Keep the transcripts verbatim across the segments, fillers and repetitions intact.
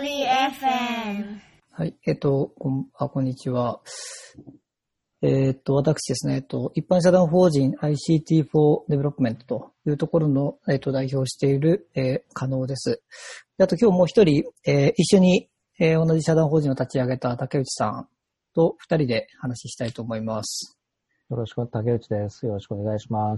リーエフエム。 はい、えっと、こん、あ、こんにちは。えっと、私ですね、えっと、一般社団法人 アイシーティー for Development というところの、えっと、代表をしている、えー、加納です。であと今日もう一人、えー、一緒に、えー、同じ社団法人を立ち上げた竹内さんと二人で話したいと思います。 よろしく、竹内です。よろしくお願いします。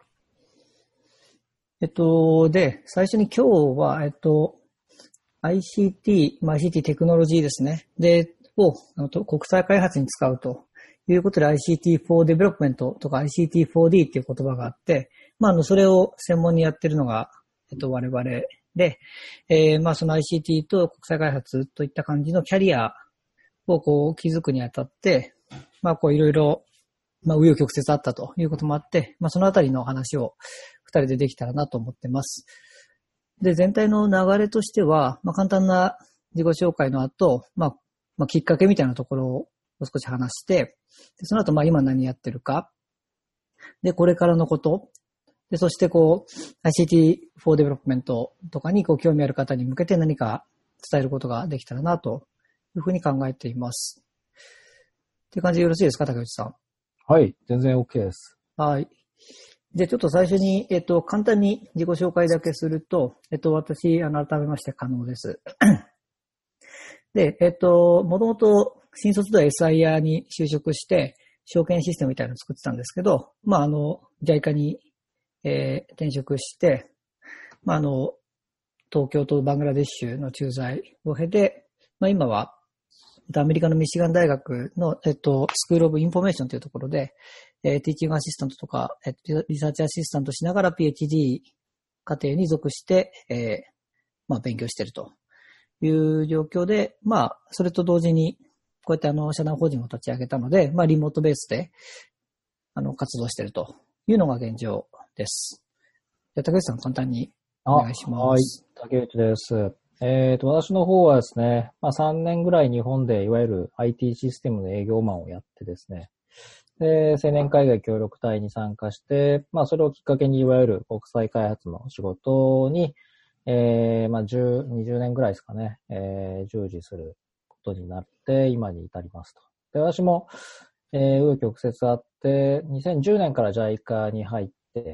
えっと、で、最初に今日は、えっと、アイシーティー、まあ、アイシーティー テクノロジーですね。で、を国際開発に使うということで アイシーティー for Development とか アイシーティー フォーディー っていう言葉があって、まあ、あの、それを専門にやってるのが、えっと、我々で、えー、まあ、その アイシーティー と国際開発といった感じのキャリアをこう、築くにあたって、まあ、こう、いろいろ、まあ、紆余曲折あったということもあって、まあ、そのあたりの話を二人でできたらなと思ってます。で、全体の流れとしては、まあ、簡単な自己紹介の後、まあ、まあ、きっかけみたいなところを少し話して、でその後、まあ、今何やってるか、で、これからのこと、で、そしてこう、アイシーティー for Development とかにこう興味ある方に向けて何か伝えることができたらなというふうに考えています。っていう感じでよろしいですか、竹内さん。 はい、全然 OK です。 はい。で、ちょっと最初に、えっと、簡単に自己紹介だけすると、えっと、私、あの、改めまして加納です。で、えっと、もともと、新卒では エスアイアール に就職して、証券システムみたいなのを作ってたんですけど、まあ、あの、ジャイカ に、えー、転職して、まあ、あの、東京とバングラデシュの駐在を経て、まあ、今は、アメリカのミシガン大学の、えっと、スクールオブインフォメーションというところで、えー、ティーチングアシスタントとか、えっと、リサーチアシスタントしながら ピーエイチディー 課程に属して、えー、まあ、勉強しているという状況で、まあ、それと同時に、こうやってあの、社団法人を立ち上げたので、まあ、リモートベースで、あの、活動しているというのが現状です。じゃあ、竹内さん、簡単にお願いします。 はい、竹内です。えっと、私の方はですね、まあさんねんぐらい日本でいわゆる アイティー システムの営業マンをやってですね、で、青年海外協力隊に参加して、まあそれをきっかけにいわゆる国際開発の仕事に、えー、まあじゅう、にじゅうねんぐらいですかね、えー、従事することになって今に至りますと。で、私も、えー、紆余曲折あって、にせんじゅうねんから ジャイカ に入って、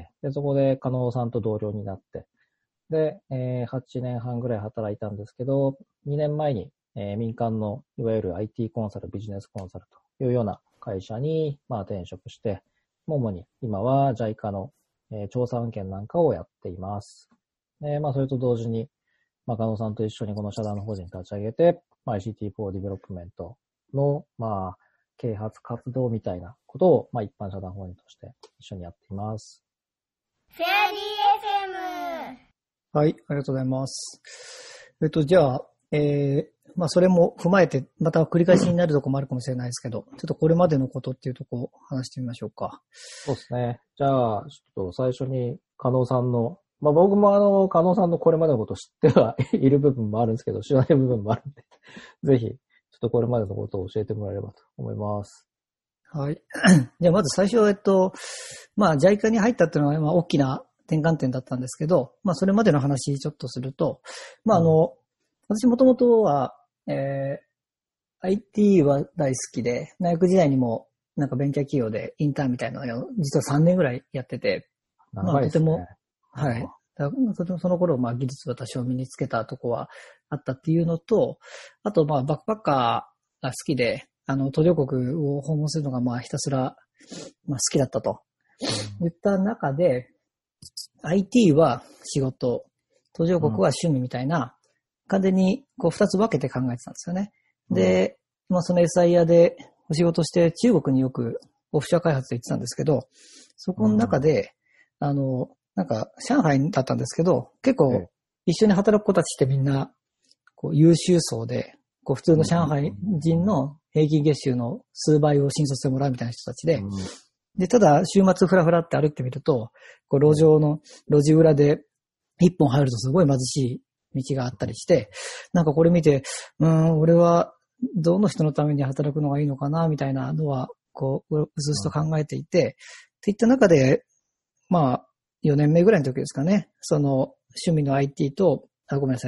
で、そこで加納さんと同僚になって、で、えー、はちねんはんぐらい働いたんですけど、にねんまえに、えー、民間のいわゆる アイティー コンサル、ビジネスコンサルというような会社に、まあ、転職して、主に今は ジャイカ の、えー、調査案件なんかをやっています。で、まあ、それと同時に、まあ、加納さんと一緒にこの社団の法人立ち上げて、まあ、アイシーティー for Development の、まあ、啓発活動みたいなことを、まあ、一般社団法人として一緒にやっています。 フェアリー エフエム。 はい、ありがとうございます。えっと、じゃあ、えー、まあ、それも踏まえて、また繰り返しになるところもあるかもしれないですけど、ちょっとこれまでのことっていうところを話してみましょうか。 そうですね。じゃあ、ちょっと最初に、加納さんの、まあ、僕もあの、加納さんのこれまでのことを知ってはいる部分もあるんですけど、知らない部分もあるんで、ぜひ、ちょっとこれまでのことを教えてもらえればと思います。 はい。じゃあ、まず最初は、えっと、まあ、ジャイカ に入ったっていうのは、まあ、大きな転換点だったんですけど、まあ、それまでの話ちょっとすると、まあ、あの、うん、私もともとは、えー、アイティー は大好きで、大学時代にも、なんかベンチャー企業でインターンみたいなのを、実はさんねんぐらいやってて、 長いですね。 まあ、とても、はい。その頃、まあ、技術を多少身につけたとこはあったっていうのと、あと、まあ、バックパッカーが好きで、あの、途上国を訪問するのが、まあ、ひたすら、まあ、好きだったと。言った中で、アイティー は仕事、途上国は趣味みたいな、完全にこう二つ分けて考えてたんですよね。で、まあ、その エスアイアール でお仕事して中国によくオフショア開発で行ってたんですけど、そこの中で、あの、なんか上海だったんですけど、結構一緒に働く子たちってみんなこう優秀層で、こう普通の上海人の平均月収の数倍を新卒でもらうみたいな人たちで、で、ただ週末フラフラって歩いてみると、こう路上の路地裏で一本入るとすごい貧しい道があったりして、なんかこれ見て、うーん、俺はどの人のために働くのがいいのかなみたいなのは、こう、うすうすと考えていて、っていった中で、まあ、よねんめぐらいの時ですかね、その趣味の アイティー と、あ、ごめんなさい、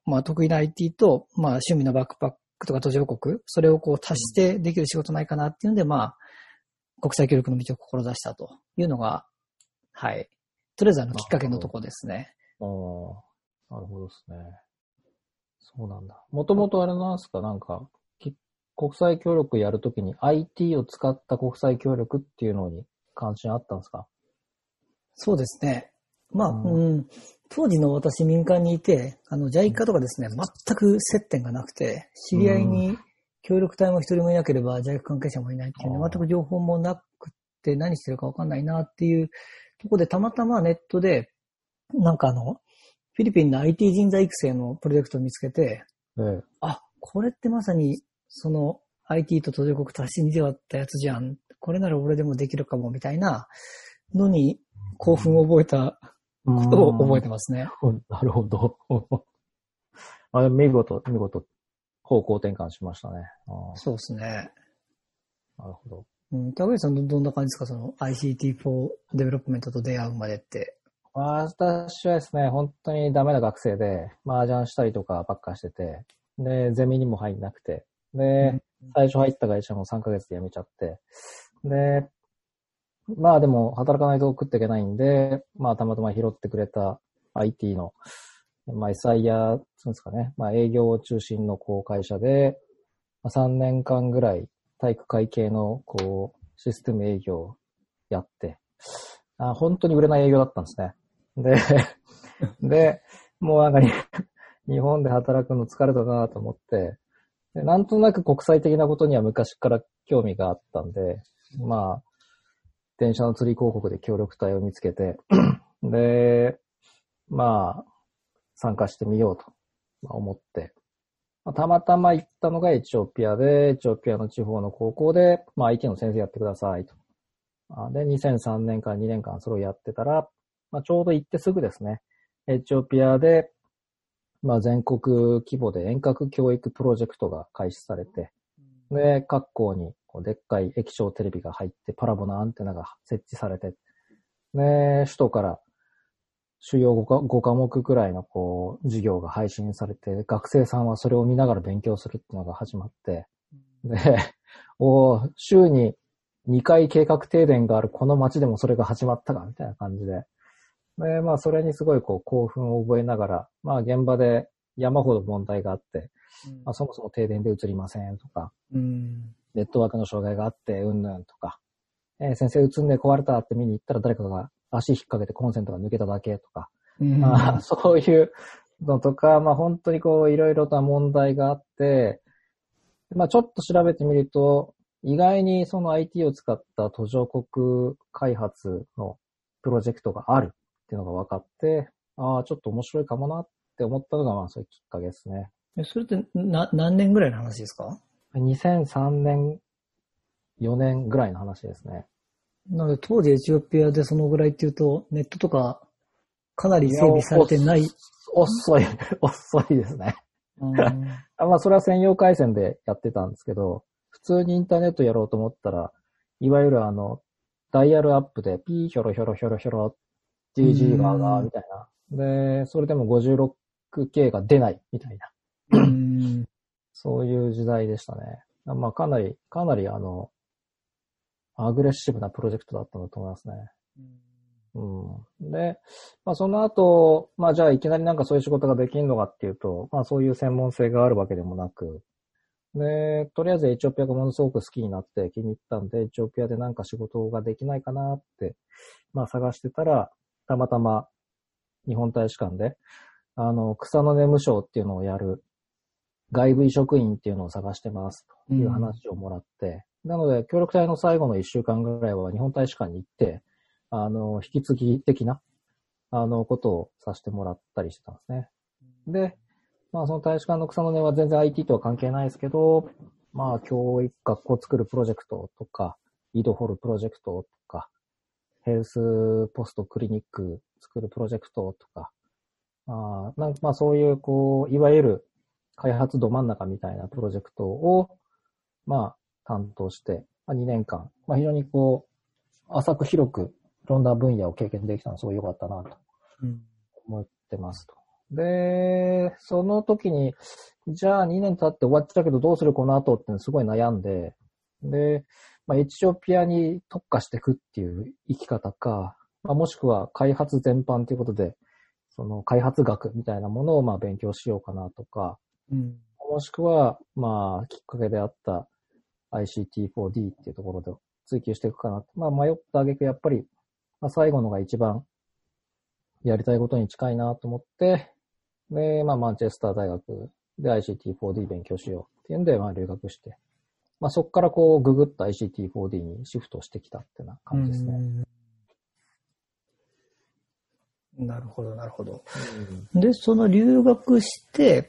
まあ得意な アイティー と、まあ趣味のバックパックとか途上国、それをこう足してできる仕事ないかなっていうんで、まあ、国際協力の道を志したというのが、はい。とりあえずあのきっかけのとこですね。 ああ、なるほどですね。そうなんだ。もともとあれなんですか、なんか、国際協力やるときに アイティー を使った国際協力っていうのに関心あったんですか？ そうですね。まあ、 うんうん、当時の私民間にいて、あの、ジャイカ とかですね、全く接点がなくて、知り合いに協力隊も一人もいなければ、ジャイカ 関係者もいないっていうね、全く情報もなくて何してるかわかんないなっていうところで、たまたまネットで、なんかあの、フィリピンの アイティー 人材育成のプロジェクトを見つけて、 ええ、 あ、これってまさに、その アイティー と途上国足してにで割ったやつじゃん。これなら俺でもできるかも、みたいなのに興奮を覚えたことを覚えてますね。 なるほど。あれ、見事、見事、方向転換しましたね。あそうですね。 なるほど。 うん。高橋さんど、どんな感じですかその アイシーティー フォー デベロップメントと出会うまでって。 私はですね、本当にダメな学生で、麻雀したりとかばっかしてて、で、ゼミにも入んなくて、で、うん、最初入った会社もさんかげつで辞めちゃって、で、まあでも働かないと食っていけないんで、まあたまたま拾ってくれた アイティー の、まあ エスアイ や、そうですかね、まあ営業中心のこう会社で、まあ、さんねんかんぐらい体育会系のこうシステム営業をやって、あ、本当に売れない営業だったんですね。で、で、もうなんかに日本で働くの疲れたなと思って、で、なんとなく国際的なことには昔から興味があったんで、まあ、電車の釣り広告で協力隊を見つけて、で、まあ、参加してみようと思って、まあ、たまたま行ったのがエチオピアで、エチオピアの地方の高校で、まあ アイティー の先生やってくださいと。で、にせんさんねんからにねんかんそれをやってたら、まあ、ちょうど行ってすぐですね、エチオピアで、まあ、全国規模で遠隔教育プロジェクトが開始されて、で、各校にこうでっかい液晶テレビが入って、パラボのアンテナが設置されて、で、首都から主要 5, かご科目くらいのこう授業が配信されて、学生さんはそれを見ながら勉強するっていうのが始まって、で、お週ににかい計画停電があるこの街でもそれが始まったかみたいな感じで、で、まあそれにすごいこう興奮を覚えながら、まあ現場で山ほど問題があって、うん、まあ、そもそも停電で映りませんとか、うん、ネットワークの障害があってうんぬんとか、えー、先生映んで壊れたって見に行ったら誰かが足引っ掛けてコンセントが抜けただけとか、うん、まあそういうのとか、まあ本当にこういろいろな問題があって、まあちょっと調べてみると、意外にその アイティー を使った途上国開発のプロジェクトがあるっていうのが分かって、ああ、ちょっと面白いかもなって思ったのがまあそういうきっかけですね。 それってな何年ぐらいの話ですか？ にせんさんねん、よねんぐらいの話ですね。 なので当時エチオピアでそのぐらいっていうと、ネットとかかなり整備されてない。 遅い、遅いですね。まあそれは専用回線でやってたんですけど、普通にインターネットやろうと思ったら、いわゆるあの、ダイヤルアップでピーヒョロヒョロヒョロヒョロ、ジージー ガーガーみたいな。で、それでも ごじゅうろくケー が出ないみたいな。うんそういう時代でしたね。まあかなり、かなりあの、アグレッシブなプロジェクトだったんだと思いますね。うん、で、まあその後、まあじゃあいきなりなんかそういう仕事ができるのかっていうと、まあそういう専門性があるわけでもなく、で、とりあえずエチオピアがものすごく好きになって気に入ったんで、エチオピアでなんか仕事ができないかなって、まあ探してたら、たまたま日本大使館で、あの、草の根務省っていうのをやる外部委職員っていうのを探してますという話をもらって、うん、なので協力隊の最後のいっしゅうかんぐらいは日本大使館に行って、あの、引き継ぎ的な、あの、ことをさせてもらったりしてたんですね。で、まあその大使館の草の根は全然 アイティー とは関係ないですけど、まあ教育学校を作るプロジェクトとか、井戸掘るプロジェクトとか、ヘルスポストクリニック作るプロジェクトとか、あなんかまあそういうこう、いわゆる開発ど真ん中みたいなプロジェクトを、まあ担当して、まあ、にねんかん、まあ非常にこう、浅く広くいろんな分野を経験できたのはすごい良かったなと思ってますと。 で、その時に、じゃあにねん経って終わっちゃうけどどうするこの後ってすごい悩んで、で、まあ、エチオピアに特化していくっていう生き方か、まあ、もしくは開発全般ということで、その開発学みたいなものをまあ勉強しようかなとか、 うん、 もしくは、まあ、きっかけであった アイシーティーフォーディー っていうところで追求していくかな。まあ、迷った挙句やっぱり、まあ、最後のが一番やりたいことに近いなと思って、で、まあ、マンチェスター大学で アイシーティーフォーディー 勉強しようっていうんで、まあ、留学して、まあ、そこからこう、ググッと アイシーティーフォーディー にシフトしてきたってな感じですね。 なるほど、なるほど。うん、で、その留学して、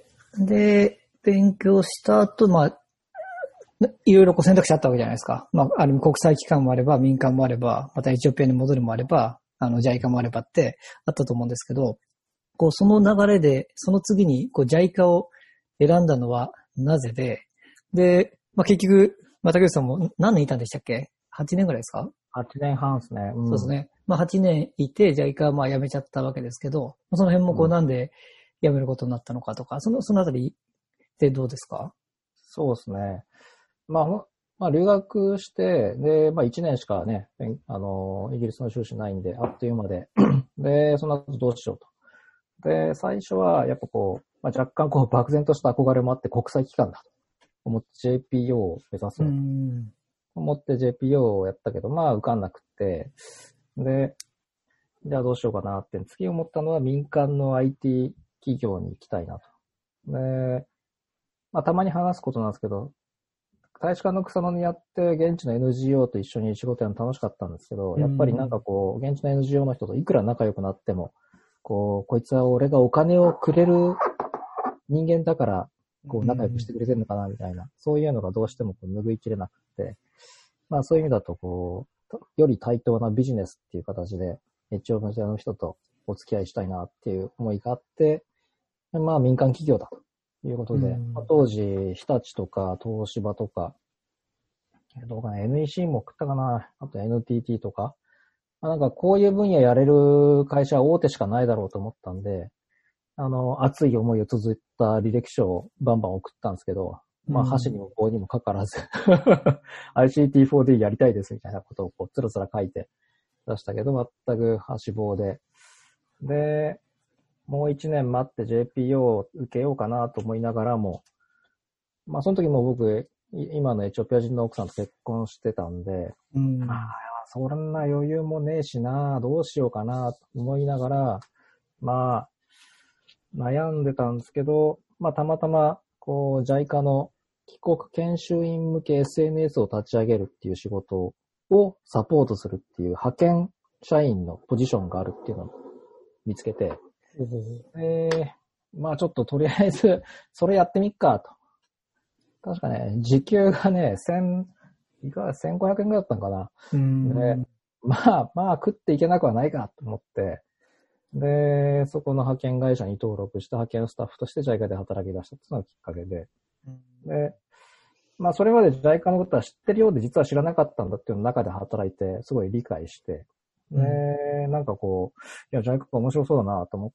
で、勉強した後、まあ、いろいろこう選択肢あったわけじゃないですか。まあ、ある意味国際機関もあれば、民間もあれば、またエチオピアに戻るもあれば、あの、ジャイカ もあればってあったと思うんですけど、こう、その流れで、その次に、こう、ジャイカ を選んだのはなぜで、で、まあ、結局、まあ、竹内さんも何年いたんでしたっけ ?はち 年ぐらいですか ? はち 年半ですね。うん、 そうですね。まあ、はちねんいて、ジャイカ はまあ辞めちゃったわけですけど、その辺もこう、なんで辞めることになったのかとか、その、そのあたりってどうですか？ そうですね。まあ、まあ、留学して、で、まあ、いちねんしかね、あの、イギリスの修士ないんで、あっという間で、で、その後どうしようと。で、最初は、やっぱこう、まあ、若干こう、漠然とした憧れもあって国際機関だと思って ジェーピーオー を目指そうと思って ジェーピーオー をやったけど、まあ、受かんなくって、で、じゃあどうしようかなって、次思ったのは民間の アイティー 企業に行きたいなと。で、まあ、たまに話すことなんですけど、大使館の草野にやって現地の エヌジーオー と一緒に仕事やるの楽しかったんですけど、やっぱりなんかこう、現地の エヌジーオー の人といくら仲良くなっても、こう、こいつは俺がお金をくれる人間だから、こう仲良くしてくれてるのかなみたいな、そういうのがどうしてもこう拭いきれなくて、まあそういう意味だとこう、より対等なビジネスっていう形で、エチオピアの人とお付き合いしたいなっていう思いがあって、まあ民間企業だと。ということで、うんまあ、当時、日立とか東芝とか、どうかな、エヌイーシー も食ったかな、あと エヌティーティー とか、まあ、なんかこういう分野やれる会社は大手しかないだろうと思ったんで、あの、熱い思いを綴った履歴書をバンバン送ったんですけど、まあ箸にも棒にもかからず、アイシーティーフォーディー やりたいですみたいなことをこうつらつら書いて出したけど、全く箸棒で、で、もう一年待って ジェーピーオー を受けようかなと思いながらも、まあその時も僕、今のエチオピア人の奥さんと結婚してたんで、うん、まあそんな余裕もねえしな、どうしようかなと思いながら、まあ悩んでたんですけど、まあたまたまこう ジャイカ の帰国研修員向け エスエヌエス を立ち上げるっていう仕事をサポートするっていう派遣社員のポジションがあるっていうのを見つけて、えー、まあちょっととりあえず、それやってみっかと。確かね、時給がね、千、いかがせんごひゃくえんぐらいだったのかな。うんで、まあまあ食っていけなくはないかと思って、で、そこの派遣会社に登録して派遣スタッフとして ジャイカ で働き出したっていうのがきっかけで、で、まあそれまで ジャイカ のことは知ってるようで実は知らなかったんだっていうの中で働いて、すごい理解して、ね、うん、なんかこう、いや、ジャイカ 面白そうだなと思って、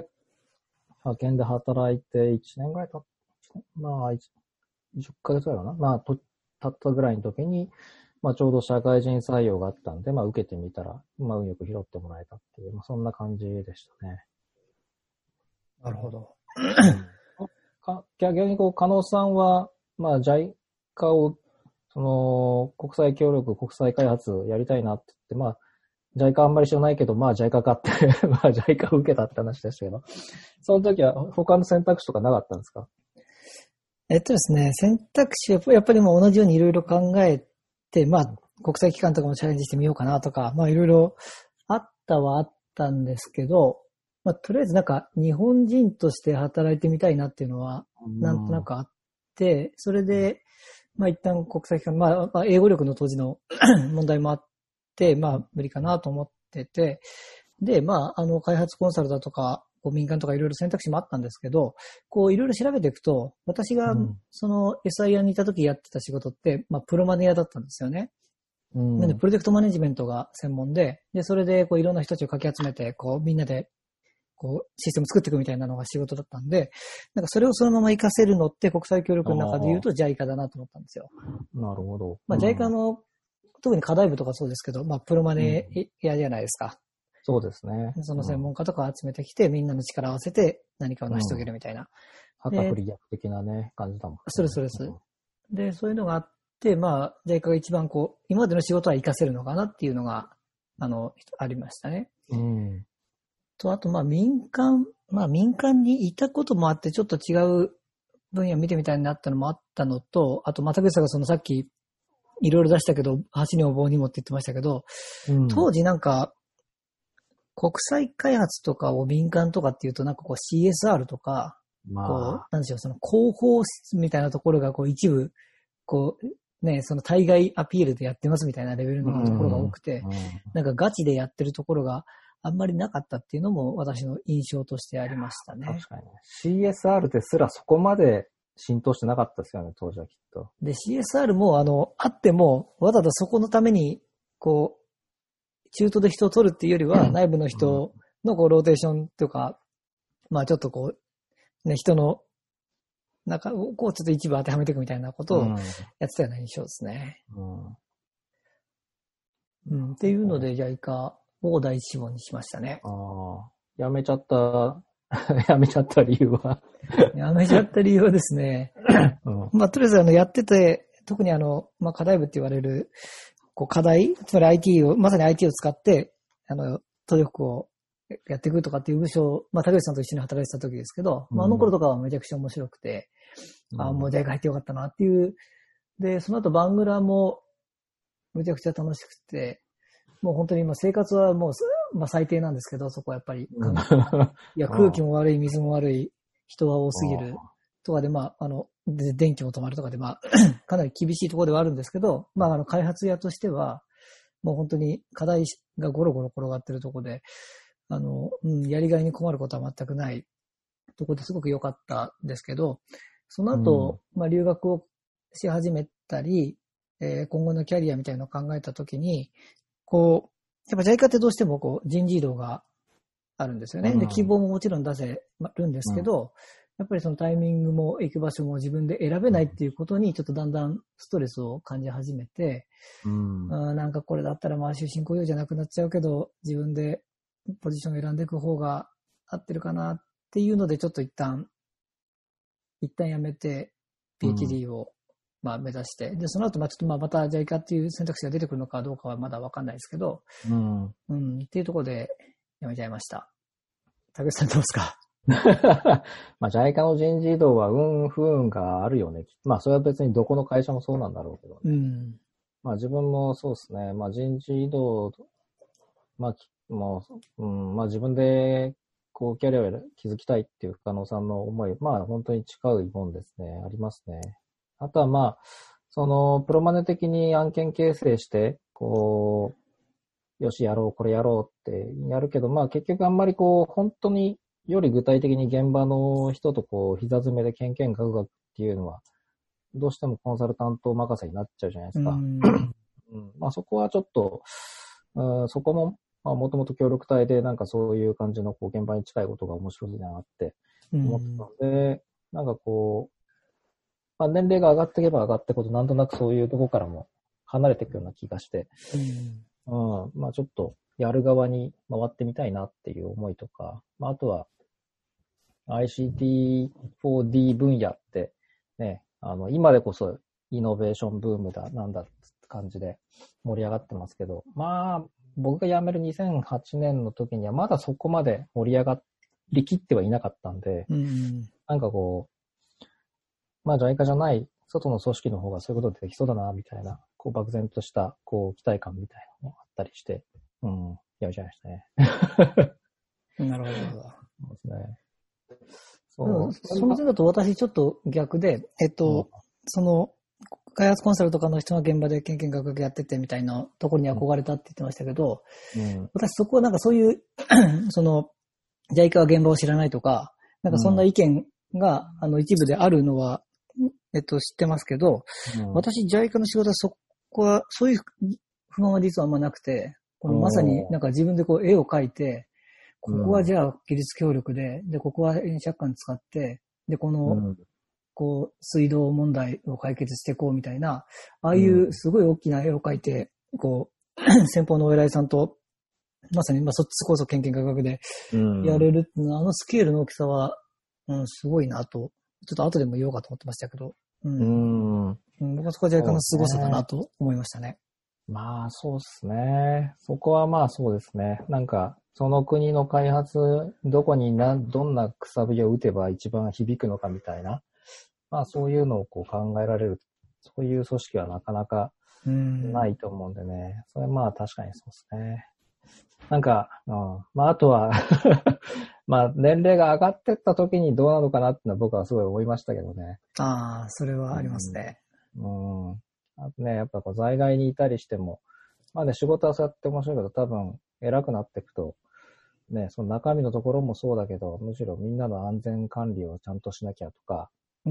派遣で働いていちねんぐらい経っ、まあ、じゅっかげつぐらいかな。まあ、と、経ったぐらいの時に、まあ、ちょうど社会人採用があったんで、まあ、受けてみたら、まあ、運よく拾ってもらえたっていう、まあ、そんな感じでしたね。 なるほど。 か逆にこう、加納さんは、まあ、ジャイカ を、その、国際協力、国際開発やりたいなって言って、まあ、ジャイカ あんまり知らないけど、まあ ジャイカ 買って、まあ ジャイカ を受けたって話でしたけど、その時は他の選択肢とかなかったんですか？ えっとですね、選択肢はやっぱりもう同じようにいろいろ考えて、まあ国際機関とかもチャレンジしてみようかなとか、まあいろいろあったはあったんですけど、まあとりあえずなんか日本人として働いてみたいなっていうのはなんとなくあって、それで、まあ一旦国際機関、まあ英語力の当時の問題もあって、で、まあ、無理かなと思ってて、で、まあ、あの、開発コンサルだとか、こう民間とかいろいろ選択肢もあったんですけど、こう、いろいろ調べていくと、私が、その エスアイアール にいた時やってた仕事って、まあ、プロマネアだったんですよね。うん、なので、プロジェクトマネジメントが専門で、で、それで、こう、いろんな人たちをかき集めて、こう、みんなで、 こう、システム作っていくみたいなのが仕事だったんで、なんかそれをそのまま活かせるのって国際協力の中で言うと ジャイカ だなと思ったんですよ。 なるほど。 まあ ジャイカ の、特に課題部とかそうですけど、まあプロマネやじゃないですか。 そうですね。 その専門家とか集めてきて、みんなの力を合わせて何かを成し遂げるみたいな。 旗振り役的なね、感じだもんね。 そうです、そうです。で、そういうのがあって、まあ、ジャイカ が一番こう、今までの仕事は活かせるのかなっていうのが、あの、ありましたね。 うん。 と、あと、まあ、民間、まあ、民間にいたこともあって、ちょっと違う分野見てみたいになったのもあったのと、あと、またぐさんがそのさっき、いろいろ出したけど、橋にも棒にもって言ってましたけど、うん、当時なんか、国際開発とかを民間とかっていうと、なんかこう シーエスアール とか、まあ、こう、なんでしょう、その広報室みたいなところがこう一部、こう、ね、その対外アピールでやってますみたいなレベルのところが多くて、うんうん、なんかガチでやってるところがあんまりなかったっていうのも私の印象としてありましたね。 確かに。シーエスアール ですらそこまで浸透してなかったですよね、当時はきっと。 で、シーエスアール も、あの、あっても、わざわざそこのために、こう、中途で人を取るっていうよりは、内部の人のこうローテーションとか、まあちょっとこう、ね、人の中をこうちょっと一部当てはめていくみたいなことをやってたような印象ですね。うん。うん、っていうので、ジャイカ を第一志望にしましたね。 ああ。やめちゃった、やめちゃった理由はやめちゃった理由はですね、うん、まあとりあえずあのやってて、特にあの、まあ課題部って言われる、こう課題、つまり アイティー を、まさに アイティー を使って、あの、ト力をやっていくとかっていう部署、まあ、竹内さんと一緒に働いてた時ですけど、うん、まあ、あの頃とかはめちゃくちゃ面白くて、うん、ああ、もうジャイカ入ってよかったなっていう。で、その後バングラもめちゃくちゃ楽しくて、もう本当に今生活はもう、まあ、最低なんですけど、そこはやっぱり、うん、いや、空気も悪い、水も悪い、人は多すぎるとかで、まあ、あの、で電気も止まるとかで、まあ、かなり厳しいところではあるんですけど、まあ、あの、開発屋としては、もう本当に課題がゴロゴロ転がってるところで、あの、うん、やりがいに困ることは全くないところですごく良かったんですけど、その後、うん、まあ、留学をし始めたり、えー、今後のキャリアみたいなのを考えたときに、こう、やっぱジャイカってどうしてもこう人事異動があるんですよね。うん、で、希望ももちろん出せるんですけど、うん、やっぱりそのタイミングも行く場所も自分で選べないっていうことにちょっとだんだんストレスを感じ始めて、うん、あなんかこれだったらまあ終身雇用じゃなくなっちゃうけど、自分でポジションを選んでいく方が合ってるかなっていうので、ちょっと一旦、一旦やめて ピーエイチディー を、まあ目指して、で、その後まあちょっとまあまたジャイカっていう選択肢が出てくるのかどうかはまだわかんないですけど、うん、うん、っていうところでやめちゃいました。竹内さんどうですか？ まあ、ジャイカの人事異動は運不運があるよね。まあ、それは別にどこの会社もそうなんだろうけど、ね。うん、まあ、自分もそうですね。まあ、人事異動、まあ、もう、うん、まあ、自分で、こう、キャリアを築きたいっていう加納さんの思い、まあ、本当に近いもんですね。ありますね。あとは、まあ、その、プロマネ的に案件形成して、こう、よし、やろう、これやろうってやるけど、まあ、結局あんまりこう、本当に、より具体的に現場の人とこう、膝詰めでケンケンガクガクっていうのは、どうしてもコンサルタント任せになっちゃうじゃないですか。うんうん、まあそこはちょっと、うん、そこも、まあもともと協力隊でなんかそういう感じのこう現場に近いことが面白いなって思ってたので、うん、なんかこう、まあ年齢が上がっていけば上がっていくこと、なんとなくそういうところからも離れていくような気がして、うんうん、まあちょっとやる側に回ってみたいなっていう思いとか、まああとは、アイシーティーフォーディー 分野ってね、あの、今でこそイノベーションブームだ、なんだって感じで盛り上がってますけど、まあ、僕が辞めるにせんはちねんの時にはまだそこまで盛り上がりきってはいなかったんで、うん、なんかこう、まあ、ジャイカじゃない外の組織の方がそういうことでできそうだな、みたいな、こう、漠然とした、こう、期待感みたいなのがあったりして、うん、やめちゃいましたね。 なるほど。 そうですね。 そうその点だと私ちょっと逆で、えっと、うん、その、開発コンサルとかの人が現場でケンケンガクガクやっててみたいなところに憧れたって言ってましたけど、うん、私そこはなんかそういう、その、ジャイカは現場を知らないとか、なんかそんな意見が、うん、あの一部であるのは、えっと知ってますけど、うん、私ジャイカの仕事はそこは、そういう不満は実はあんまなくて、このまさになんか自分でこう絵を描いて、 ここはじゃあ技術協力で、で、ここは円借款使って、で、この、 うんこう、水道問題を解決していこうみたいな、ああいうすごい大きな絵を描いて、こう、先方のお偉いさんと、まさに、まあ、そっちこそ研究科学でやれるっていうのは、あのスケールの大きさは、うん、すごいなと、ちょっと後でも言おうかと思ってましたけど、うん。 うんうん、僕はそこはジャイカの凄さだなと思いましたね。 まあ、そうですね。そこはまあそうですね。なんか、その国の開発、どこにな、どんなくさびを打てば一番響くのかみたいな。まあそういうのをこう考えられる、そういう組織はなかなかないと思うんでね。それまあ確かにそうですね。なんか、うん、まああとは、まあ年齢が上がってった時にどうなのかなっていうのは僕はすごい思いましたけどね。 ああ、それはありますね。 うん。うん、あとね、やっぱこう在外にいたりしても、まあね、仕事はそうやって面白いけど、多分偉くなっていくと、ね、その中身のところもそうだけど、むしろみんなの安全管理をちゃんとしなきゃとか、 うん。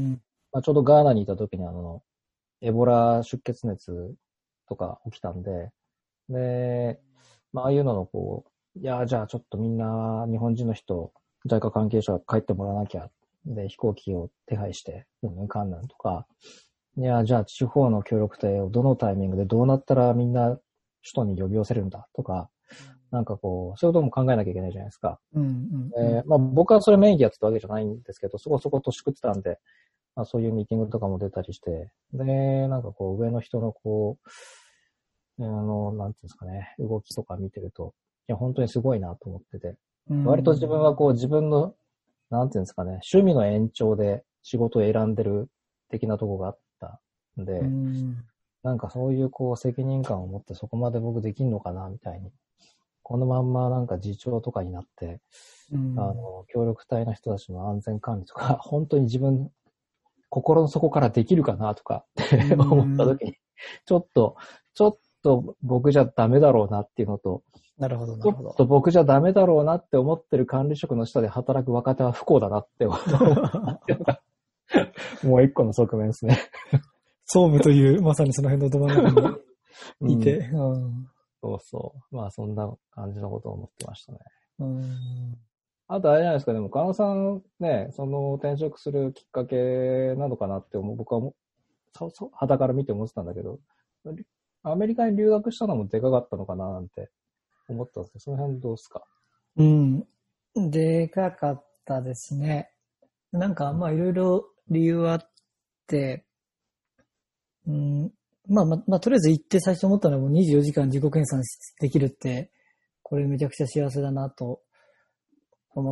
まあ、ちょうどガーナにいた時にあの、エボラ出血熱とか起きたんで、で、まあ、ああいうののこう、いや、じゃあちょっとみんな日本人の人、ジャイカ関係者帰ってもらわなきゃ。で、飛行機を手配して、うん、観覧とか、いや、じゃあ地方の協力隊をどのタイミングでどうなったらみんな首都に呼び寄せるんだとか、なんかこう、そういうことも考えなきゃいけないじゃないですか。 うんうんうん、 えー、まあ僕はそれメインでやってたわけじゃないんですけど、そこそこ年食ってたんで、まあそういうミーティングとかも出たりして、で、なんかこう上の人のこう、あの、なんていうんですかね、動きとか見てると、いや本当にすごいなと思ってて、うん、割と自分はこう自分の、なんていうんですかね、趣味の延長で仕事を選んでる的なとこがあったんで、うん、なんかそういうこう責任感を持ってそこまで僕できんのかなみたいに、このまんまなんか次長とかになって、うん、あの、協力隊の人たちの安全管理とか、本当に自分、心の底からできるかなとかって思った時に、ちょっと、ちょっと僕じゃダメだろうなっていうのと、 なるほど、なるほど。 ちょっと僕じゃダメだろうなって思ってる管理職の下で働く若手は不幸だなって思ったっていうのが、もう一個の側面ですね。 総務という、まさにその辺のど真ん中にいて、 うんうん。そうそう。まあそんな感じのことを思ってましたね。 うん、 あとあれじゃないですか、でも、カナさんね、その転職するきっかけなのかなって思う、僕はもそうそう、肌から見て思ってたんだけど、アメリカに留学したのもでかかったのかななんて思ったんですけど、その辺どうですか？ うん。でかかったですね。なんか、まあいろいろ理由はあって、うん、まあまあ、まあ、とりあえず行って最初思ったのはもうにじゅうよじかん自己研鑽できるって、これめちゃくちゃ幸せだなと思って。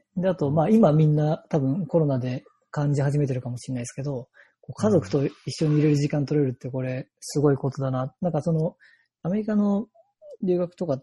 で、あと、まあ今みんな多分コロナで感じ始めてるかもしれないですけど、家族と一緒にいれる時間取れるってこれすごいことだな。なんかその、アメリカの留学とかって、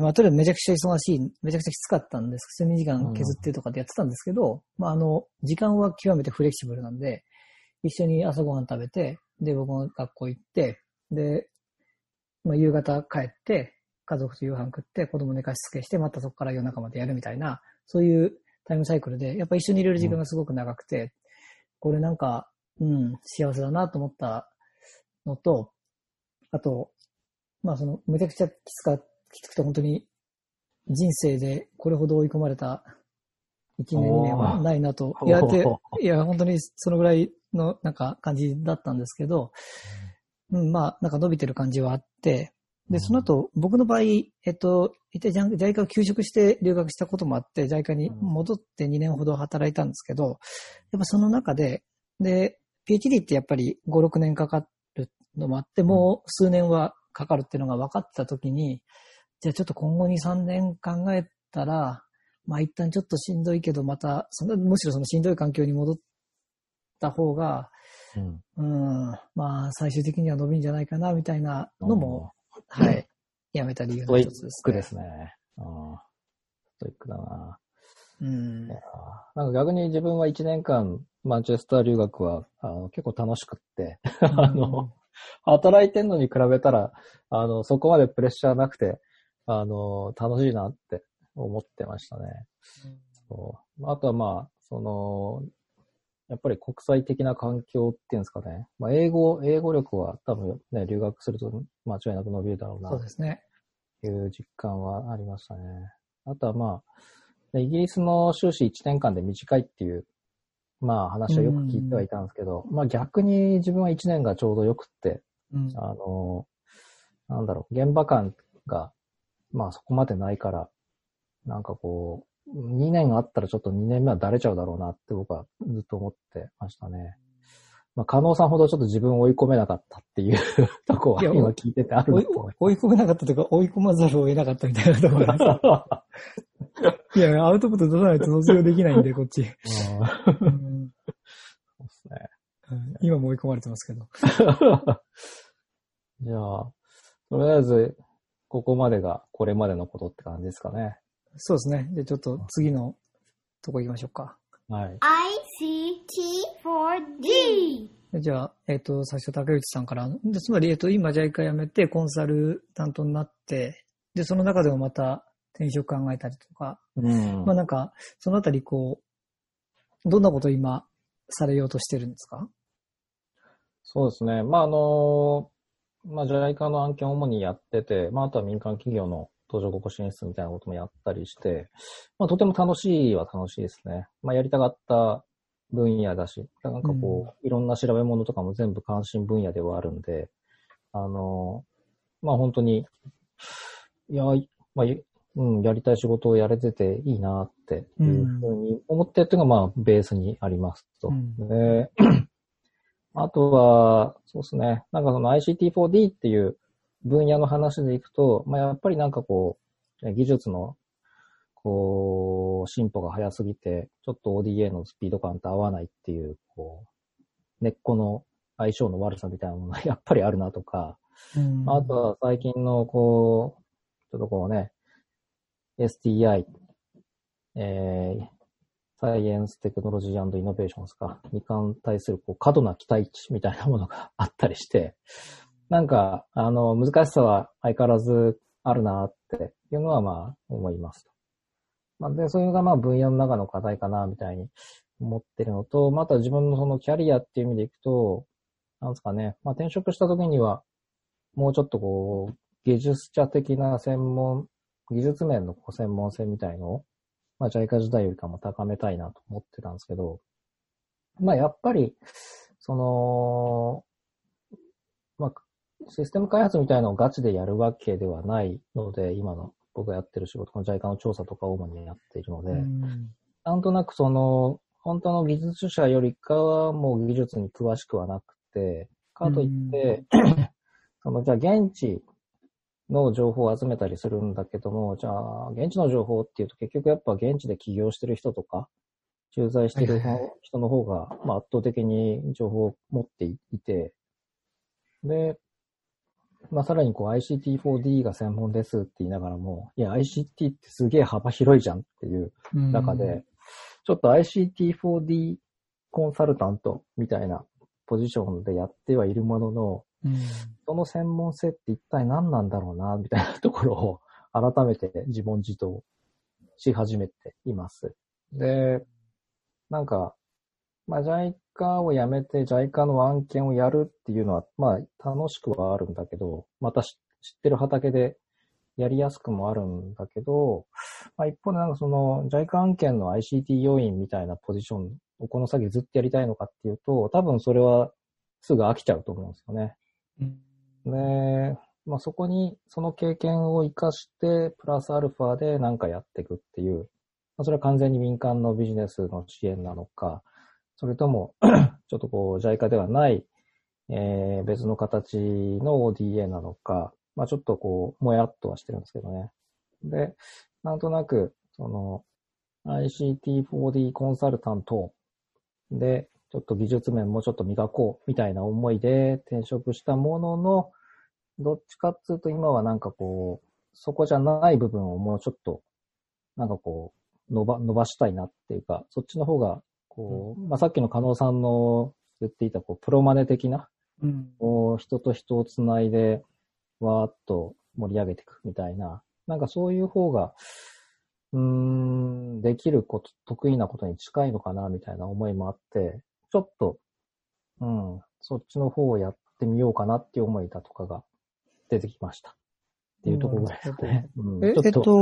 まあとりあえずめちゃくちゃ忙しい、めちゃくちゃきつかったんです。普通に時間削ってとかでやってたんですけど、まああの、時間は極めてフレキシブルなんで、一緒に朝ごはん食べて、で、僕も学校行って、で、まあ夕方帰って、家族と夕飯食って、子供寝かしつけして、またそこから夜中までやるみたいな、そういうタイムサイクルで、やっぱ一緒にいれる時間がすごく長くて、これなんか、うん、幸せだなと思ったのと、あと、まあその、めちゃくちゃきつか、きつくて本当に人生でこれほど追い込まれたいちねんにねんはないなと、いや、で、いや、本当にそのぐらいのなんか感じだったんですけど、うん、まあなんか伸びてる感じはあって、で、その後、僕の場合、えっと、一体ジャイカを休職して留学したこともあって、ジャイカに戻ってにねんほど働いたんですけど、やっぱその中で、で、ピーエイチディー ってやっぱりご、ろくねんかかるのもあって、もう数年はかかるっていうのが分かってたときに、じゃあちょっと今後に、さんねん考えたら、まあ一旦ちょっとしんどいけど、また、そのむしろそのしんどい環境に戻った方が、うん、うん、まあ最終的には伸びるんじゃないかな、みたいなのも、はい。やめた理由の一つですね。 ストイックですね。ああ、ストイックだな。 うん。 いやなんか逆に自分はいちねんかんマンチェスター留学はあの結構楽しくって、うん、あの、働いてんのに比べたら、あの、そこまでプレッシャーなくて、あの、楽しいなって思ってましたね。うん、そうあとはまあ、その、やっぱり国際的な環境っていうんですかね。まあ、英語、英語力は多分ね、留学すると間違いなく伸びるだろうな。 そうですね。 いう実感はありましたね。 あとはまあ、イギリスの修士いちねんかんで短いっていう、まあ話はよく聞いてはいたんですけど、まあ逆に自分はいちねんがちょうどよくって、 うん、 あの、なんだろう、現場感が、まあそこまでないから、なんかこう、にねんあったらちょっとにねんめはだれちゃうだろうなって僕はずっと思ってましたね。まあ、加納さんほどちょっと自分を追い込めなかったっていうとこは今聞いててあるんだと思います。 追い込めなかったというか、追い込まざるを得なかったみたいなところですいや、アウトプット出さないと卒業できないんで、こっち。うん、 そうですね。 今も追い込まれてますけど。 じゃあ、とりあえず、ここまでがこれまでのことって感じですかね。 そうですね。じゃあちょっと次のとこ行きましょうか。 はい。 アイシーティーフォーディー。 じゃあ、えっ、と、最初竹内さんから、でつまり、えっ、と、今、ジャイカ辞めて、コンサル担当になって、で、その中でもまた転職考えたりとか、 うん。 まあなんか、そのあたり、こう、どんなことを今、されようとしてるんですか？ そうですね。まあ、あの、まあ、ジャイカの案件を主にやってて、まあ、あとは民間企業の途上国支援室みたいなこともやったりして、まあ、とても楽しいは楽しいですね。まあ、やりたかった分野だし、なんかこう、いろんな調べ物とかも全部関心分野ではあるんで、あの、まあ、本当に、いや、まあ、うん、やりたい仕事をやれてていいなっていうふうに思ってるっていうのが、まあ、ベースにありますと。うん、であとは、そうですね。なんかその アイシーティーフォーディー っていう分野の話でいくと、まあやっぱりなんかこう、技術の、こう、進歩が早すぎて、ちょっと オーディーエー のスピード感と合わないっていう、こう、根っこの相性の悪さみたいなものがやっぱりあるなとか、うん、あとは最近のこう、ちょっとこうね、エスティーアイ、えー、サイエンステクノロジー&イノベーションズかに関対するこう過度な期待値みたいなものがあったりして、なんか、あの、難しさは相変わらずあるなっていうのはまあ思いますと。まあ、で、それがまあ分野の中の課題かなみたいに思ってるのと、また自分のそのキャリアっていう意味でいくと、なんですかね、まあ転職した時にはもうちょっとこう、技術者的な専門、技術面の専門性みたいのをまあ、ジャイカ時代よりかも高めたいなと思ってたんですけど、まあ、やっぱり、その、まあ、システム開発みたいなのをガチでやるわけではないので、今の僕がやってる仕事、このジャイカの調査とかを主にやっているので、なんとなくその、本当の技術者よりかはもう技術に詳しくはなくて、かといって、その、じゃあ現地、の情報を集めたりするんだけども、じゃあ、現地の情報っていうと結局やっぱ現地で起業してる人とか、駐在してる人の方が、まあ圧倒的に情報を持っていて、で、まあさらにこう アイシーティーフォーディー が専門ですって言いながらも、いや アイシーティー ってすげえ幅広いじゃんっていう中で、ちょっと アイシーティーフォーディー コンサルタントみたいなポジションでやってはいるものの、うん、その専門性って一体何なんだろうな、みたいなところを改めて自問自答し始めています。で、なんか、まあ、ジャイカ を辞めて ジャイカ の案件をやるっていうのは、まあ、楽しくはあるんだけど、また知ってる畑でやりやすくもあるんだけど、まあ、一方でなんかその ジャイカ 案件の アイシーティー 要員みたいなポジションをこの先ずっとやりたいのかっていうと、多分それはすぐ飽きちゃうと思うんですよね。で、まあ、そこに、その経験を活かして、プラスアルファで何かやっていくっていう、まあ、それは完全に民間のビジネスの支援なのか、それとも、ちょっとこう、ジャイカ ではない、えー、別の形の オーディーエー なのか、まあ、ちょっとこう、もやっとはしてるんですけどね。で、なんとなく、その、アイシーティーフォーディー コンサルタントで、ちょっと技術面もちょっと磨こうみたいな思いで転職したものの、どっちかっていうと今はなんかこう、そこじゃない部分をもうちょっと、なんかこう、伸ば、伸ばしたいなっていうか、そっちの方が、こう、まあ、さっきの加納さんの言っていた、こう、プロマネ的な、うん、こう人と人をつないで、わーっと盛り上げていくみたいな、なんかそういう方が、うーん、できること、得意なことに近いのかな、みたいな思いもあって、ちょっと、うん、そっちの方をやってみようかなっていう思いだとかが出てきました。っていうところですね。 うん、え、えっと、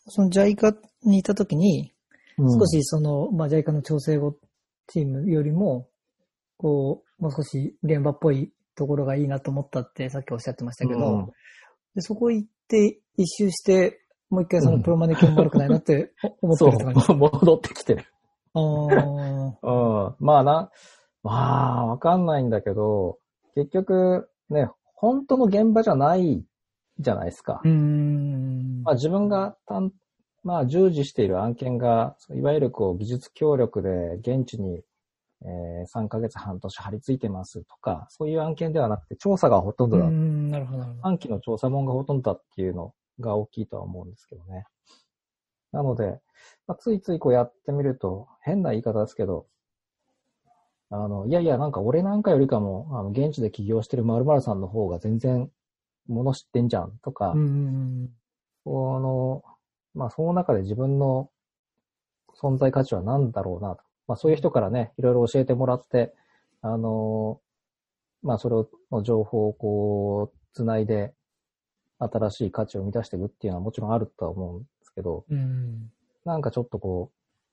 その ジャイカ にいた時に、 うん、 少しその、まあ ジャイカ の調整後チームよりも、こう、もう少し現場っぽいところがいいなと思ったってさっきおっしゃってましたけど、うん、でそこ行って一周して、もう一回そのプロマネ系も悪くないなって思ってるって感じですか、 そう、戻ってきてる。 あうん、まあな、まあわかんないんだけど、結局ね、本当の現場じゃないじゃないですか。 うーん、 まあ自分が担まあ、従事している案件が、いわゆるこう、技術協力で現地に、えー、さんかげつ半年張り付いてますとか、そういう案件ではなくて、調査がほとんどだ。 うん、なるほど。 短期の調査問がほとんどだっていうのが大きいとは思うんですけどね。なので、まあ、ついついこうやってみると、変な言い方ですけど、あの、いやいや、なんか俺なんかよりかも、あの、現地で起業してる〇〇さんの方が全然、もの知ってんじゃんとか、 うん、 この、まあ、その中で自分の存在価値は何だろうなと。まあ、そういう人からね、いろいろ教えてもらって、あの、まあ、それの情報をこう、つないで、新しい価値を生み出していくっていうのはもちろんあるとは思うんですけど、 うん、 なんかちょっとこ